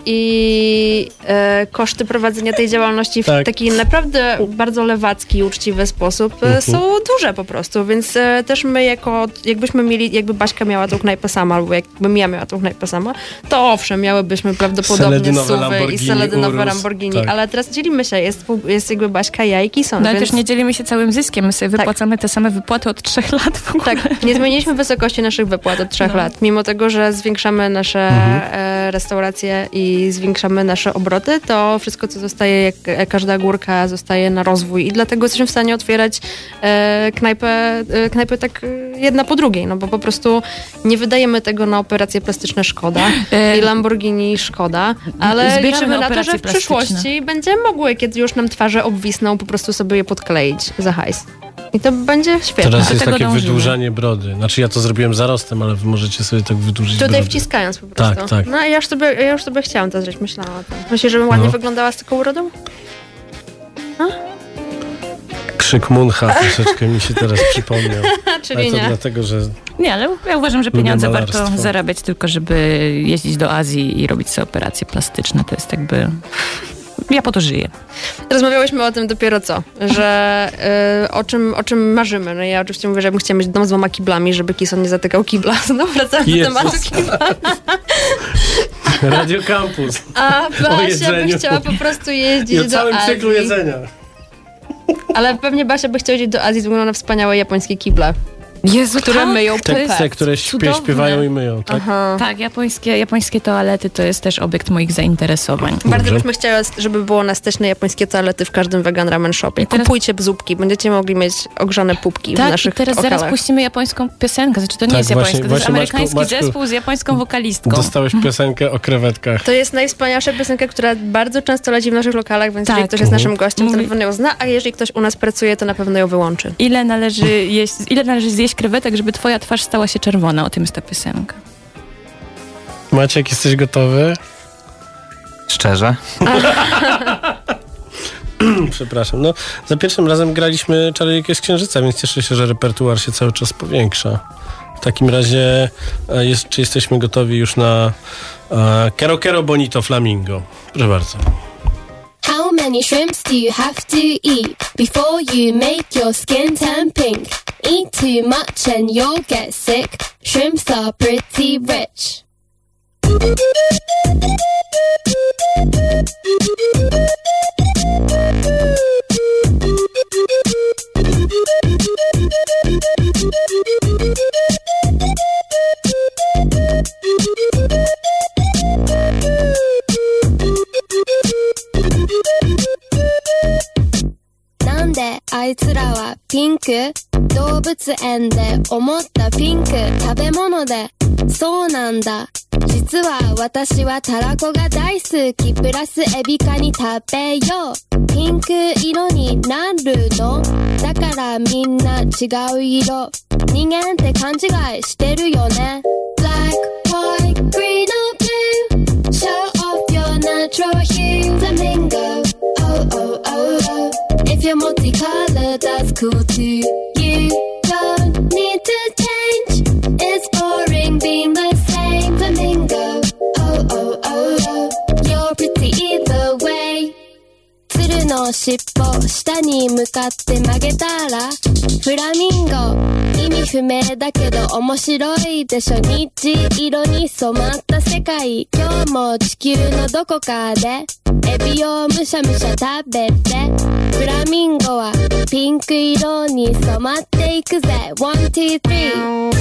i e, koszty prowadzenia tej działalności w Tak. taki naprawdę bardzo lewacki i uczciwy sposób e, Mhm. są duże po prostu, więc e, też my jako, jakbyśmy mieli, jakby Baśka miała tą knajpę sama, albo jakbym ja miała tą knajpę sama, to owszem, miałybyśmy prawdopodobnie Seledynowe suwy i Lamborghini, seledynowe Urus. Lamborghini, Tak. ale teraz dzielimy się, jest, jest jakby Baśka, ja i Kison, No ale więc... też nie dzielimy się całym zyskiem, my sobie wypłacamy te same wypłaty od trzech lat w ogóle. Tak, nie zmieniliśmy wysokości naszych wypłat od trzech No. lat. Mimo tego, że zwiększamy nasze Mhm. e, restauracje i zwiększamy nasze obroty, to wszystko, co zostaje, jak e, każda górka, zostaje na rozwój. I dlatego jesteśmy w stanie otwierać e, knajpę, e, knajpy tak e, jedna po drugiej, no bo po prostu nie wydajemy tego na operacje plastyczne, szkoda. E, I Lamborghini, szkoda. Ale zbieramy liczymy na na to, że operacje w przyszłości plastyczne. będzie mogły, kiedy już nam twarze obwisną, po prostu sobie je podkleić za hajs. I to będzie świetne. Teraz Do jest tego takie dążymy. wydłużanie brody. Znaczy ja to zrobiłem zarostem, ale wy możecie sobie tak wydłużyć Tutaj brodę. wciskając po prostu. Tak, tak. No ja już sobie, ja już sobie chciałam to zrobić, myślałam o tym. Myślisz, żebym ładnie No. wyglądała z taką urodą? Krzyk Muncha troszeczkę mi się teraz przypomniał. Czyli ale to nie. dlatego, że Nie, ale ja uważam, że lubię pieniądze malarstwo. warto zarabiać tylko, żeby jeździć do Azji i robić sobie operacje plastyczne. To jest jakby... Ja po to żyję. Rozmawiałyśmy o tym dopiero co, że y, o, czym, o czym marzymy. No ja oczywiście mówię, że bym chciała mieć dom z dwoma kiblami, żeby Kison nie zatykał kibla. Znowu wracamy do Jezus. tematu kibla. Radio Campus. A O Basia by jedzeniu. chciała po prostu jeździć I o do całym Azji. cyklu jedzenia. Ale pewnie Basia by chciała jeździć do Azji, ze względu na wspaniałe japońskie kible. Jezu, które tak? myją Te, pupę. te które śpie, cudowne. śpiewają i myją, tak? Aha. Tak, japońskie, japońskie toalety to jest też obiekt moich zainteresowań. Bardzo byśmy chciały, żeby było na styczne japońskie toalety w każdym vegan ramen shopie. teraz- Kupujcie bzupki, będziecie mogli mieć ogrzane pupki w Tak, i naszych teraz okalach. zaraz puścimy japońską piosenkę. Znaczy to nie Tak, jest właśnie- japońska, to jest właśnie, amerykański Maćku, Maćku, zespół z japońską wokalistką. Dostałeś piosenkę o krewetkach. To jest najwspanialsza piosenka, która bardzo często leci w naszych lokalach, więc Tak. jeżeli ktoś jest Mhm. naszym gościem, to Mówi- na pewno ją zna, a jeżeli ktoś u nas pracuje, to na pewno ją wyłączy. Ile należy, jeść, ile należy zjeść krewetek, żeby twoja twarz stała się czerwona? O tym jest ta piosenka. Maciek, jesteś gotowy? Szczerze? Przepraszam. No, za pierwszym razem graliśmy Czarodziejkę z Księżyca, więc cieszę się, że repertuar się cały czas powiększa. W takim razie, e, jest, czy jesteśmy gotowi już na e, Kero Kero Bonito Flamingo? Proszę bardzo. How many shrimps do you have to eat before you make your skin turn pink? Eat too much and you'll get sick. Shrimps are pretty rich.なんであいつらはピンク？動物園で思ったピンク食べ物でそうなんだ実は私はたらこが大好きプラスエビカニ食べようピンク色になるのだからみんな違う色人間って勘違いしてるよね Black, white, green or blue Show off your natural hue Flamingo Oh, oh, oh, oh If you're multicolored, that's cool too You don't need to change It's boring being the same Flamingo Oh, oh, oh, oh You're pretty either way 鶴の尻尾下に向かって曲げたらフラミンゴ意味不明だけど面白いでしょ虹色に染まった世界今日も地球のどこかでエビをむしゃむしゃ食べてフラミンゴはピンク色に染まっていくぜ ワン、ツー、スリー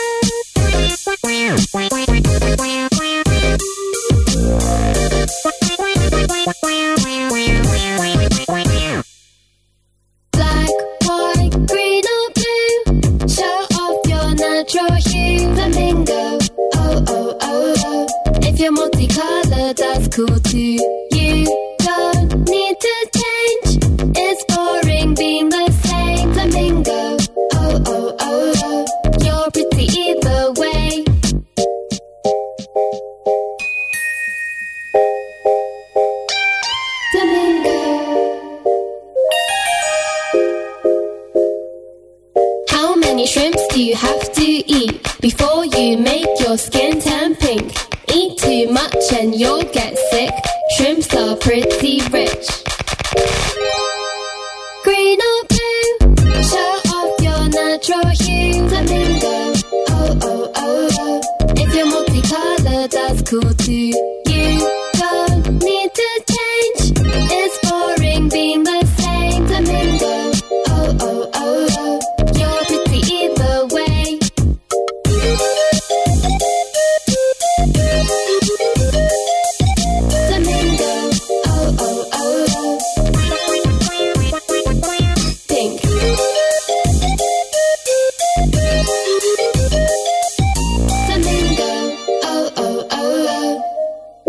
Black, white, green or blue Show off your natural hue Flamingo Oh, oh, oh, oh If you're multicolored, that's cool too You don't need to change It's boring being the same Flamingo Oh, oh, oh, oh You're pretty either way How many shrimps do you have to eat before you make your skin turn pink? Eat too much and you'll get sick. Shrimps are pretty rich. Green or blue, show off your natural hue. Flamingo, oh, oh, oh, oh. If you're multicolored, that's cool too. You don't need to change. It's boring being the same. Flamingo, oh, oh, oh, oh. You're pretty either way. Flamingo, oh, oh, oh, oh. Pink. Flamingo, oh, oh, oh, oh.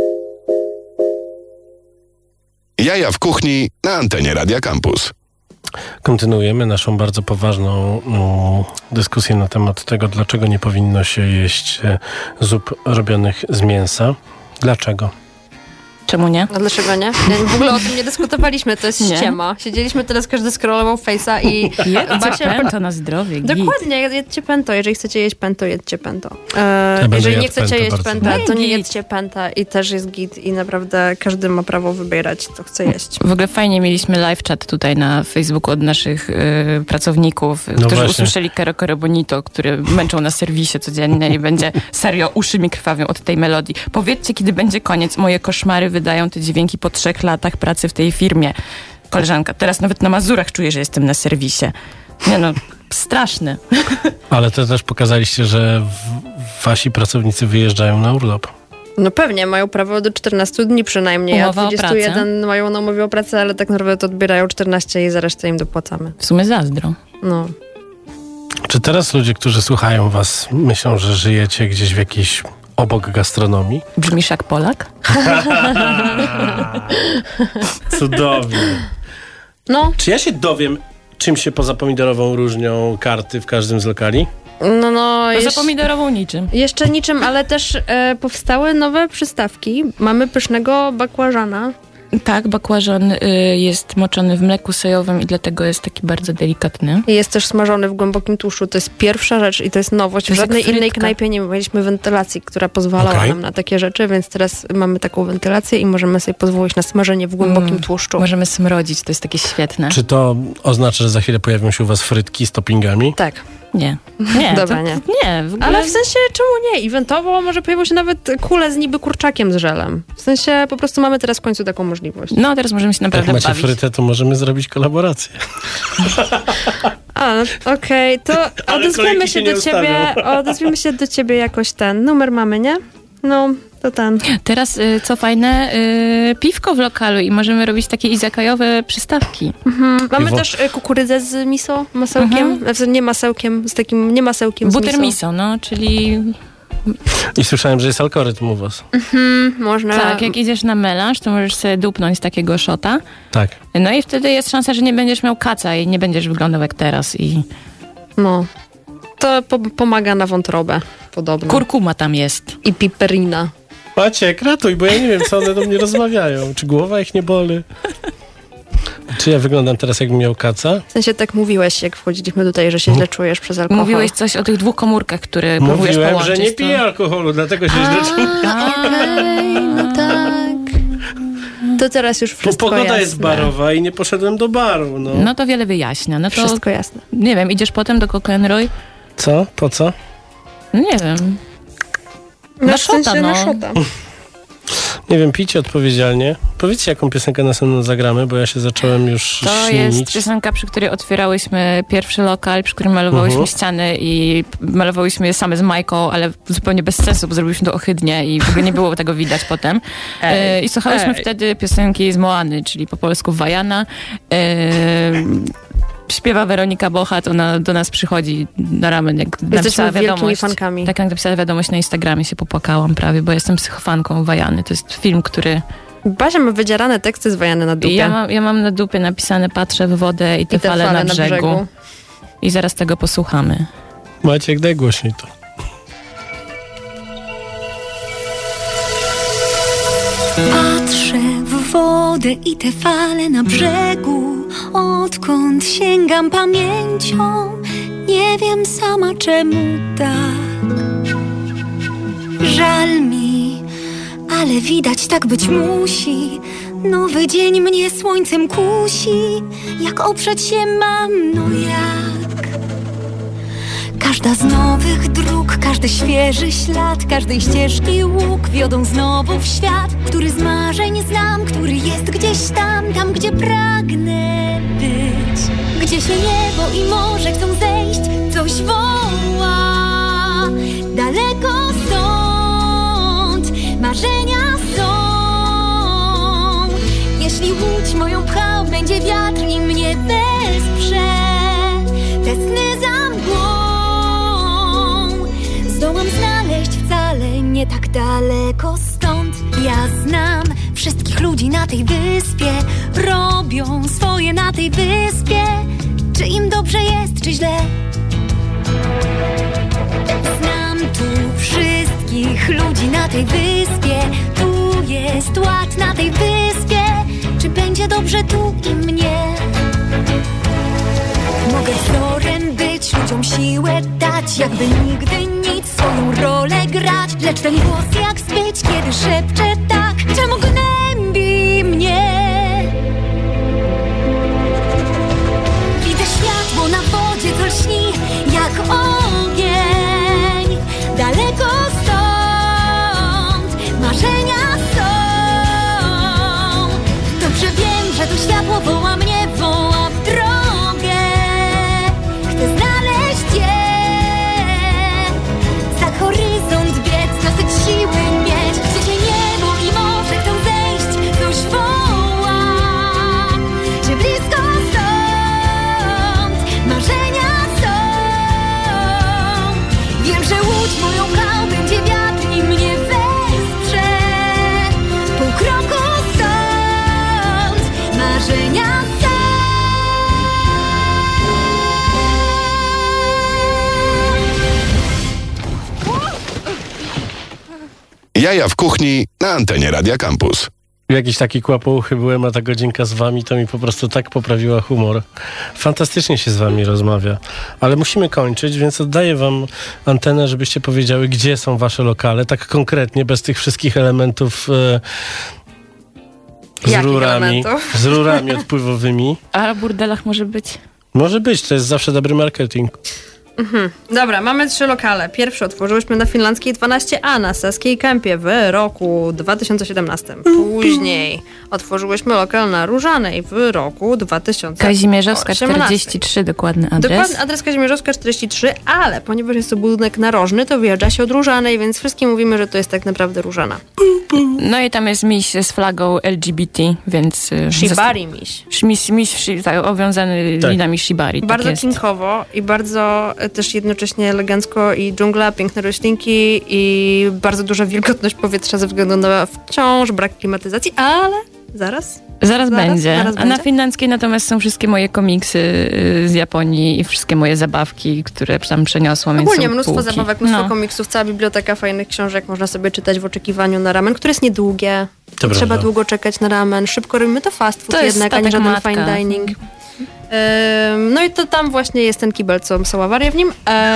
Jaja w kuchni na antenie Radia Campus. Kontynuujemy naszą bardzo poważną no, dyskusję na temat tego, dlaczego nie powinno się jeść e, zup robionych z mięsa. Dlaczego? Czemu nie? A dlaczego nie? nie? W ogóle o tym nie dyskutowaliśmy, to jest Nie. ściema. Siedzieliśmy teraz, każdy scrollował Face'a i... Jedzcie Basia- pęto na zdrowie, git. Dokładnie, jedzcie pęto. Jeżeli chcecie jeść pęto, jedzcie pęto. E, Ja będę jeżeli nie jadł chcecie pęto jeść bardzo. pęta, No to i nie git. jedzcie pęta i też jest git i naprawdę każdy ma prawo wybierać, co chce jeść. W ogóle fajnie mieliśmy live chat tutaj na Facebooku od naszych y, pracowników, No którzy właśnie. usłyszeli Kero Kero Bonito, który męczą na serwisie codziennie i będzie serio, uszy mi krwawią od tej melodii. Powiedzcie, kiedy będzie koniec. Moje koszmary wydają te dźwięki po trzech latach pracy w tej firmie. Koleżanka, teraz nawet na Mazurach czuję, że jestem na serwisie. Nie no, straszne. Ale to też pokazaliście, że w, wasi pracownicy wyjeżdżają na urlop. No pewnie, mają prawo do czternastu dni przynajmniej, Umowa a o dwudziestu jeden mają na umowie o pracę, ale tak naprawdę to odbierają czternaście i za resztę im dopłacamy. W sumie zazdro. No. Czy teraz ludzie, którzy słuchają was, myślą, że żyjecie gdzieś w jakiejś obok gastronomii? Brzmisz jak Polak? Cudownie. No. Czy ja się dowiem, czym się poza pomidorową różnią karty w każdym z lokali? No, no. Poza jeszcze- pomidorową niczym. Jeszcze niczym, ale też e, powstały nowe przystawki. Mamy pysznego bakłażana. Tak, bakłażan y, jest moczony w mleku sojowym i dlatego jest taki bardzo delikatny. I jest też smażony w głębokim tłuszczu. To jest pierwsza rzecz i to jest nowość. To W jest jak żadnej innej frytka. knajpie nie mieliśmy wentylacji, która pozwalała Okej. nam na takie rzeczy, więc teraz mamy taką wentylację i możemy sobie pozwolić na smażenie w głębokim Mm, tłuszczu. Możemy smrodzić, to jest takie świetne. Czy to oznacza, że za chwilę pojawią się u was frytki z toppingami? Tak. Nie. Nie, Dobra, to, nie. Nie, w ogóle... Ale w sensie, czemu nie? Eventowo może pojawią się nawet kule z niby kurczakiem z żelem. W sensie, po prostu mamy teraz w końcu taką możliwość. No, teraz możemy się Jak naprawdę macie bawić. frytę, to możemy zrobić kolaborację. A, okej, to Ale odezwiemy kolejki się się nie do ciebie, ustawią. odezwiemy się do ciebie jakoś ten. Numer mamy, nie? No, to ten. Teraz, y, co fajne, y, piwko w lokalu i możemy robić takie izakajowe przystawki. Mhm. Mamy Piwo. też y, kukurydzę z miso, masełkiem. Mhm. Znaczy, nie masełkiem, z takim, nie masełkiem, z Butter miso. miso, no, czyli I słyszałem, że jest algorytm u was. Mhm, można. tak, jak idziesz na melanż, to możesz sobie dupnąć takiego szota. Tak. No i wtedy jest szansa, że nie będziesz miał kaca i nie będziesz wyglądał jak teraz. I No. To po pomaga na wątrobę, podobno. kurkuma tam jest. I piperina. Maciek, ratuj, bo ja nie wiem, co one do mnie rozmawiają. Czy głowa ich nie boli? Czy ja wyglądam teraz, jakbym miał kaca? W sensie tak mówiłeś, jak wchodziliśmy tutaj, że się źle czujesz przez alkohol. Mówiłeś coś o tych dwóch komórkach, które próbujesz Mówiłem, połączyć. że nie to- piję alkoholu, dlatego się źle czuję. Okej, no tak. To teraz już Bo wszystko pogoda jasne. jest barowa i nie poszedłem do baru, no. No to wiele wyjaśnia. No to, Wszystko jasne. nie wiem, idziesz potem do Coca-Cola? Co? Po co? No nie wiem. Na, Na w sensie szota, na no. szota. Nie wiem, pijcie odpowiedzialnie. Powiedzcie, jaką piosenkę następną zagramy, bo ja się zacząłem już To śnienić. jest piosenka, przy której otwierałyśmy pierwszy lokal, przy którym malowałyśmy Mhm. ściany i malowałyśmy je same z Majką, ale zupełnie bez sensu, bo zrobiliśmy to ohydnie i w ogóle nie było tego widać potem. Ej, E, I słuchałyśmy ej. wtedy piosenki z Moany, czyli po polsku Wajana. E, śpiewa Weronika Bochat, ona do nas przychodzi na ramen, jak napisała wielkimi wiadomość. fankami. Tak jak napisała wiadomość na Instagramie, się popłakałam prawie, bo jestem psychofanką Wajany. To jest film, który... Basia ma wydzierane teksty zwajane na dupie. Ja mam, ja mam na dupie napisane patrzę w wodę i te, I te fale, fale na, na brzegu. brzegu. I zaraz tego posłuchamy. Maciek, daj głośniej to. Patrzę w wodę i te fale na brzegu. Odkąd sięgam pamięcią, nie wiem sama czemu tak. Żal mi, ale widać tak być musi. Nowy dzień mnie słońcem kusi. Jak oprzeć się mam, no jak? Każda z nowych dróg, każdy świeży ślad, każdej ścieżki łuk wiodą znowu w świat, który z marzeń znam, który jest gdzieś tam, tam gdzie pragnę być. Gdzie się niebo i morze chcą zejść, coś woła. Daleko stąd marzenia są. Jeśli łódź moją pchał będzie wiatr i mnie wesprze, te sny za mgłą zdołam znaleźć wcale nie tak tak daleko stąd. Ja znam wszystkich ludzi na tej wyspie, robią swoje na tej wyspie. Czy im dobrze jest, czy źle? Znam tu wszystkich ludzi na tej wyspie. Tu jest ład na tej wyspie. Czy będzie dobrze tu i mnie? Mogę wzorem być, ludziom siłę dać, jakby nigdy nic, swoją rolę grać. Lecz ten głos jak zbyć, kiedy szepcze tak, czemu gnębi mnie? Widzę światło na wodzie, co lśni jak ogień. Daleko stąd marzenia są. Dobrze wiem, że to światło woła mnie, woła w drogę. Chcę znaleźć je, za horyzont biec, dosyć siły mieć. Gdzie niebo i morze chcą zejść, coś woła, że blisko stąd marzenia są. Wiem, że łódź moją brał, będzie wiatr i mnie wesprze. Pół kroku stąd marzenia są. Jaja w kuchni na antenie Radia Campus. Jakiś taki kłapouchy byłem, a ta godzinka z wami to mi po prostu tak poprawiła humor. Fantastycznie się z wami rozmawia. Ale musimy kończyć, więc oddaję wam antenę, żebyście powiedziały, gdzie są wasze lokale, tak konkretnie, bez tych wszystkich elementów e, z Jakich rurami, elementów? z rurami odpływowymi. A o burdelach może być? Może być, to jest zawsze dobry marketing. Mhm. Dobra, mamy trzy lokale. Pierwszy otworzyłyśmy na Finlandzkiej dwanaście A na Saskiej Kępie w roku dwa tysiące siedemnastym. Później otworzyłyśmy lokal na Różanej w roku dwa tysiące osiemnastym. Kazimierzowska czterdzieści trzy, dokładny adres. Dokładny adres Kazimierzowska czterdzieści trzy, ale ponieważ jest to budynek narożny, to wyjeżdża się od Różanej, więc wszystkim mówimy, że to jest tak naprawdę Różana. No i tam jest miś z flagą L G B T, więc... Shibari miś. Miś, miś tak, owiązany Tak. linami Shibari. Bardzo tak kinkowo i bardzo e, też jednocześnie elegancko i dżungla, piękne roślinki i bardzo duża wilgotność powietrza ze względu na wciąż brak klimatyzacji, ale zaraz... Zaraz, zaraz będzie. Zaraz A będzie. na finlandzkiej natomiast są wszystkie moje komiksy y, z Japonii i wszystkie moje zabawki, które tam przeniosłam. więc Ogólnie są mnóstwo półki. zabawek, mnóstwo No. komiksów, cała biblioteka fajnych książek, można sobie czytać w oczekiwaniu na ramen, które jest niedługie. To Nie trzeba prawda. długo czekać na ramen. Szybko robimy to fast food To jest jednak, a nie statek żaden matka. fine dining. Ym, No i to tam właśnie jest ten kibel, co są awarie w nim.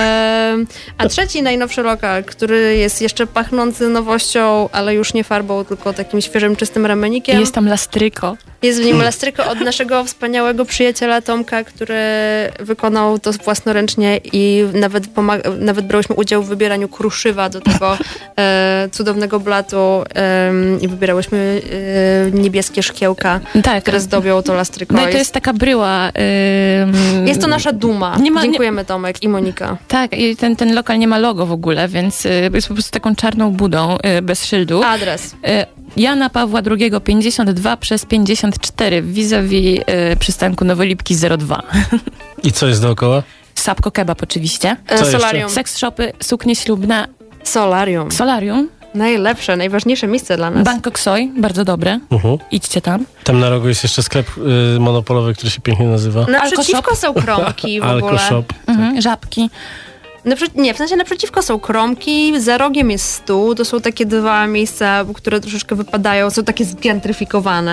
Ym, A trzeci, najnowszy lokal, który jest jeszcze pachnący nowością, ale już nie farbą, tylko takim świeżym, czystym ramenikiem. Jest tam lastryko. Jest w nim lastryko od naszego wspaniałego przyjaciela Tomka, który wykonał to własnoręcznie i nawet, pomaga- nawet brałyśmy udział w wybieraniu kruszywa do tego e, cudownego blatu e, i wybierałyśmy e, niebieskie szkiełka, Tak. które zdobią to lastryko. No i to jest taka bryła. Ym, jest to nasza duma. Nie ma- Dziękujemy Tomek i Monika. Tak, i ten, ten lokal nie ma logo w ogóle, więc y, jest po prostu taką czarną budą y, bez szyldu. Adres. Y, Jana Pawła drugiego pięćdziesiąt dwa przez pięćdziesiąt cztery vis-a-vis y, przystanku Nowolipki zero dwa. I co jest dookoła? Sapko kebab oczywiście. E, Co solarium. jeszcze? Seks shopy, suknie ślubne, Solarium. solarium, Najlepsze, najważniejsze miejsce dla nas. Bangkok Soy, bardzo dobre. Uh-huh. Idźcie tam. Tam na rogu jest jeszcze sklep y, monopolowy, który się pięknie nazywa. Naprzeciwko są kromki w ogóle. Alkoshop. Mhm, żabki. Naprze- nie, w sensie naprzeciwko są kromki, za rogiem jest stół. To są takie dwa miejsca, które troszeczkę wypadają, są takie zgentryfikowane.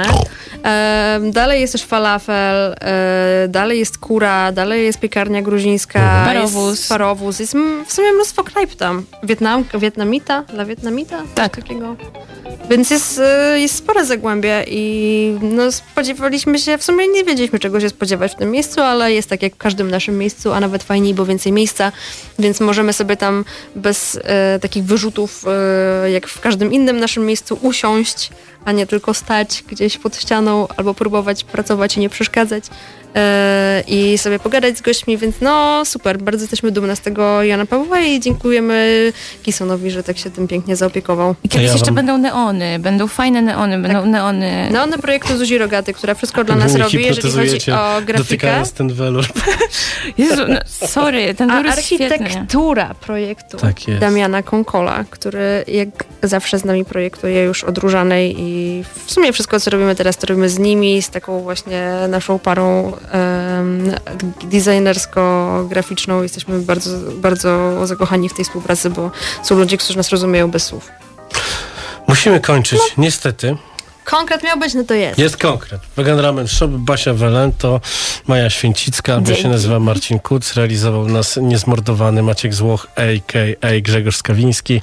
E, dalej jest też falafel, e, dalej jest kura, dalej jest piekarnia gruzińska, Mhm. Parowóz. jest parowóz. Jest m- w sumie mnóstwo knajp tam. Wietnam, Wietnamita? Dla Wietnamita? Tak. Takiego. Więc jest, e, jest spore zagłębie i no, spodziewaliśmy się, w sumie nie wiedzieliśmy czego się spodziewać w tym miejscu, ale jest tak jak w każdym naszym miejscu, a nawet fajniej, bo więcej miejsca, więc możemy sobie tam bez e, takich wyrzutów, e, jak w każdym innym naszym miejscu, usiąść a nie tylko stać gdzieś pod ścianą albo próbować pracować i nie przeszkadzać e, i sobie pogadać z gośćmi, więc no super, bardzo jesteśmy dumne z tego Jana Pawła i dziękujemy Kisonowi, że tak się tym pięknie zaopiekował. I kiedyś ja jeszcze wam... będą neony, będą fajne neony, będą Tak. neony. Neony projektu Zuzi Rogaty, która wszystko dla nas Wy mnie robi, jeżeli chodzi o grafikę. dotykając ten welur. Jezu, no, sorry, ten A wór jest świetny. architektura projektu Tak jest. Damiana Konkola, który jak zawsze z nami projektuje już od Różanej i w sumie wszystko, co robimy teraz, to robimy z nimi, z taką właśnie naszą parą um, designersko-graficzną. Jesteśmy bardzo, bardzo zakochani w tej współpracy, bo są ludzie, którzy nas rozumieją bez słów. Musimy kończyć, no. Niestety. Konkret miał być, no to jest. Jest konkret. Vegan Ramen Shop, Basia Welento, Maja Święcicka, ja Dzięki. się nazywam Marcin Kuc, realizował nas niezmordowany Maciek Złoch, a k a. Grzegorz Skawiński.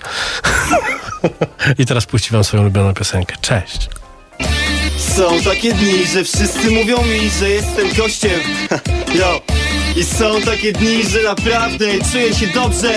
I teraz puści wam swoją ulubioną piosenkę. Cześć. Są takie dni, że wszyscy mówią mi, że jestem gościem. Yo. I są takie dni, że naprawdę czuję się dobrze.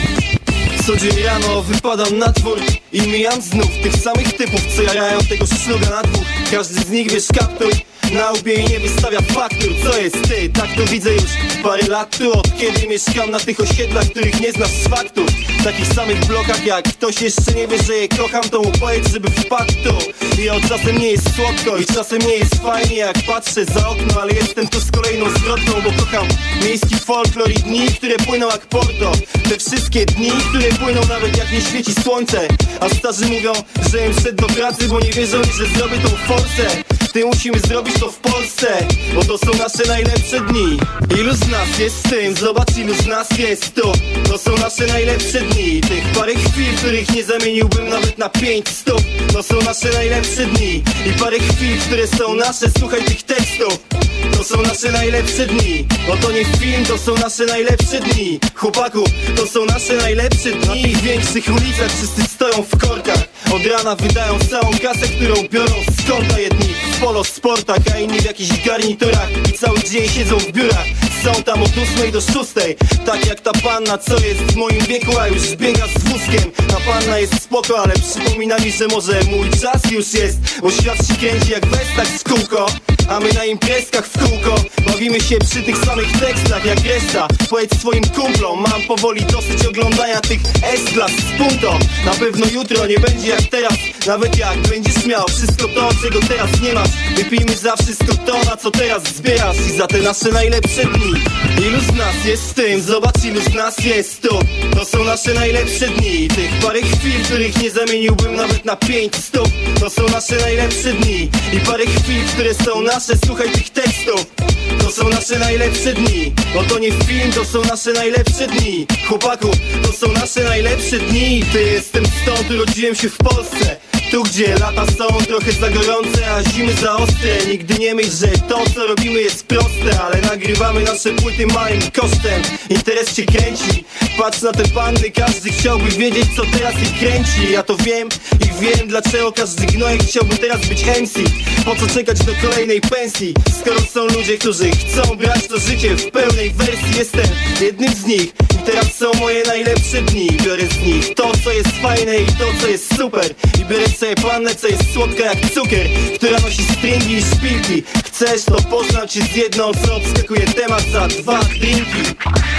Co dzień rano wypadam na dwór i mijam znów tych samych typów, co jarają tego szluga na dwóch. Każdy z nich, wiesz, kaptur na łbie i nie wystawia faktur. Co jest ty? Tak to widzę już parę lat tu, od kiedy mieszkam na tych osiedlach, których nie znasz z faktur. W takich samych blokach, jak ktoś jeszcze nie wie, że je kocham, to mu powiedz, żeby wpadł tu. I od czasem nie jest słodko i czasem nie jest fajnie, jak patrzę za okno, ale jestem tu z kolejną zwrotką, bo kocham miejski folklor i dni, które płyną jak porto. Te wszystkie dni, które płyną nawet jak nie świeci słońce. A starzy mówią, że im szedł do pracy, bo nie wierzą mi, że zrobię tą forsę. Ty musimy zrobić to w Polsce, bo to są nasze najlepsze dni. Ilu z nas jest z tym? Zobacz, ilu z nas jest tu. To są nasze najlepsze dni. Tych parę chwil, których nie zamieniłbym nawet na pięć stóp. To są nasze najlepsze dni. I parę chwil, które są nasze, słuchaj tych tekstów. To są nasze najlepsze dni. Bo to nie film, to są nasze najlepsze dni. Chłopaku, to są nasze najlepsze dni. Na tych większych ulicach wszyscy stoją w korkach. Od rana wydają całą kasę, którą biorą z konta. Jedni w polo sportach, a inni w jakichś garniturach. I cały dzień siedzą w biurach. Są tam od ósmej do szóstej. Tak jak ta panna, co jest w moim wieku, a już biega z wózkiem. Ta panna jest spoko, ale przypomina mi, że może mój czas już jest. Bo świat się kręci jak westak z kółko, a my na imprezkach w kółko bawimy się przy tych samych tekstach jak reszta. Powiedz swoim kumplom, mam powoli dosyć oglądania tych S-klas z punto. Na pewno jutro nie będzie jak teraz, nawet jak będziesz miał wszystko to, czego teraz nie masz. Wypijmy za wszystko to, na co teraz zbierasz i za te nasze najlepsze dni. Ilu z nas jest z tym? Zobacz, ilu z nas jest tu. To są nasze najlepsze dni. Tych parę chwil, których nie zamieniłbym nawet na pięć stóp. To są nasze najlepsze dni. I parę chwil, które są nasze, słuchaj tych tekstów. To są nasze najlepsze dni. Bo to nie film, to są nasze najlepsze dni. Chłopaku, to są nasze najlepsze dni. Ty, jestem stąd, urodziłem się w Polsce. Tu gdzie lata są trochę za gorące, a zimy za ostre. Nigdy nie myśl, że to co robimy jest proste, ale nagrywamy nasze płyty małym kosztem. Interes cię kręci, patrz na te panny, każdy chciałby wiedzieć co teraz ich kręci. Ja to wiem i wiem dlaczego każdy gnojek chciałby teraz być M C. Po co czekać do kolejnej pensji, skoro są ludzie, którzy chcą brać to życie w pełnej wersji. Jestem jednym z nich i teraz są moje najlepsze dni. Biorę z nich to co jest fajne i to co jest super. I biorę sobie pannę, co jest słodka jak cukier, która nosi stringi i szpilki. Chcesz, to poznam cię z jedną, co obskakuje temat za dwa drinki.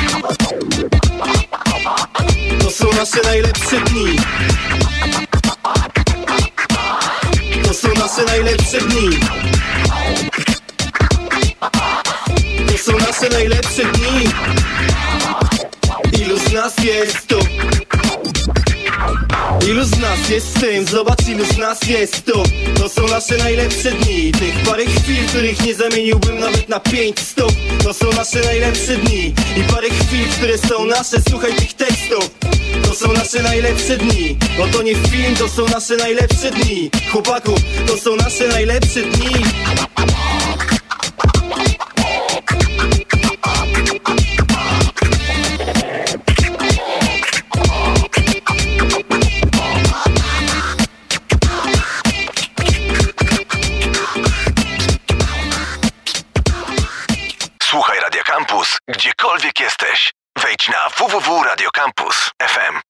To są nasze najlepsze dni. To są nasze najlepsze dni. To są nasze najlepsze dni. Ilu z nas jest tu? Ilu z nas jest z tym? Zobacz, ilu z nas jest tu. To są nasze najlepsze dni. Tych parę chwil, których nie zamieniłbym nawet na pięć stóp. To są nasze najlepsze dni. I parę chwil, które są nasze, słuchaj tych tekstów. To są nasze najlepsze dni. Bo to nie film, to są nasze najlepsze dni. Chłopaku, to są nasze najlepsze dni. Słuchaj Radio Campus, gdziekolwiek jesteś. Wejdź na w w w kropka radio campus kropka f m.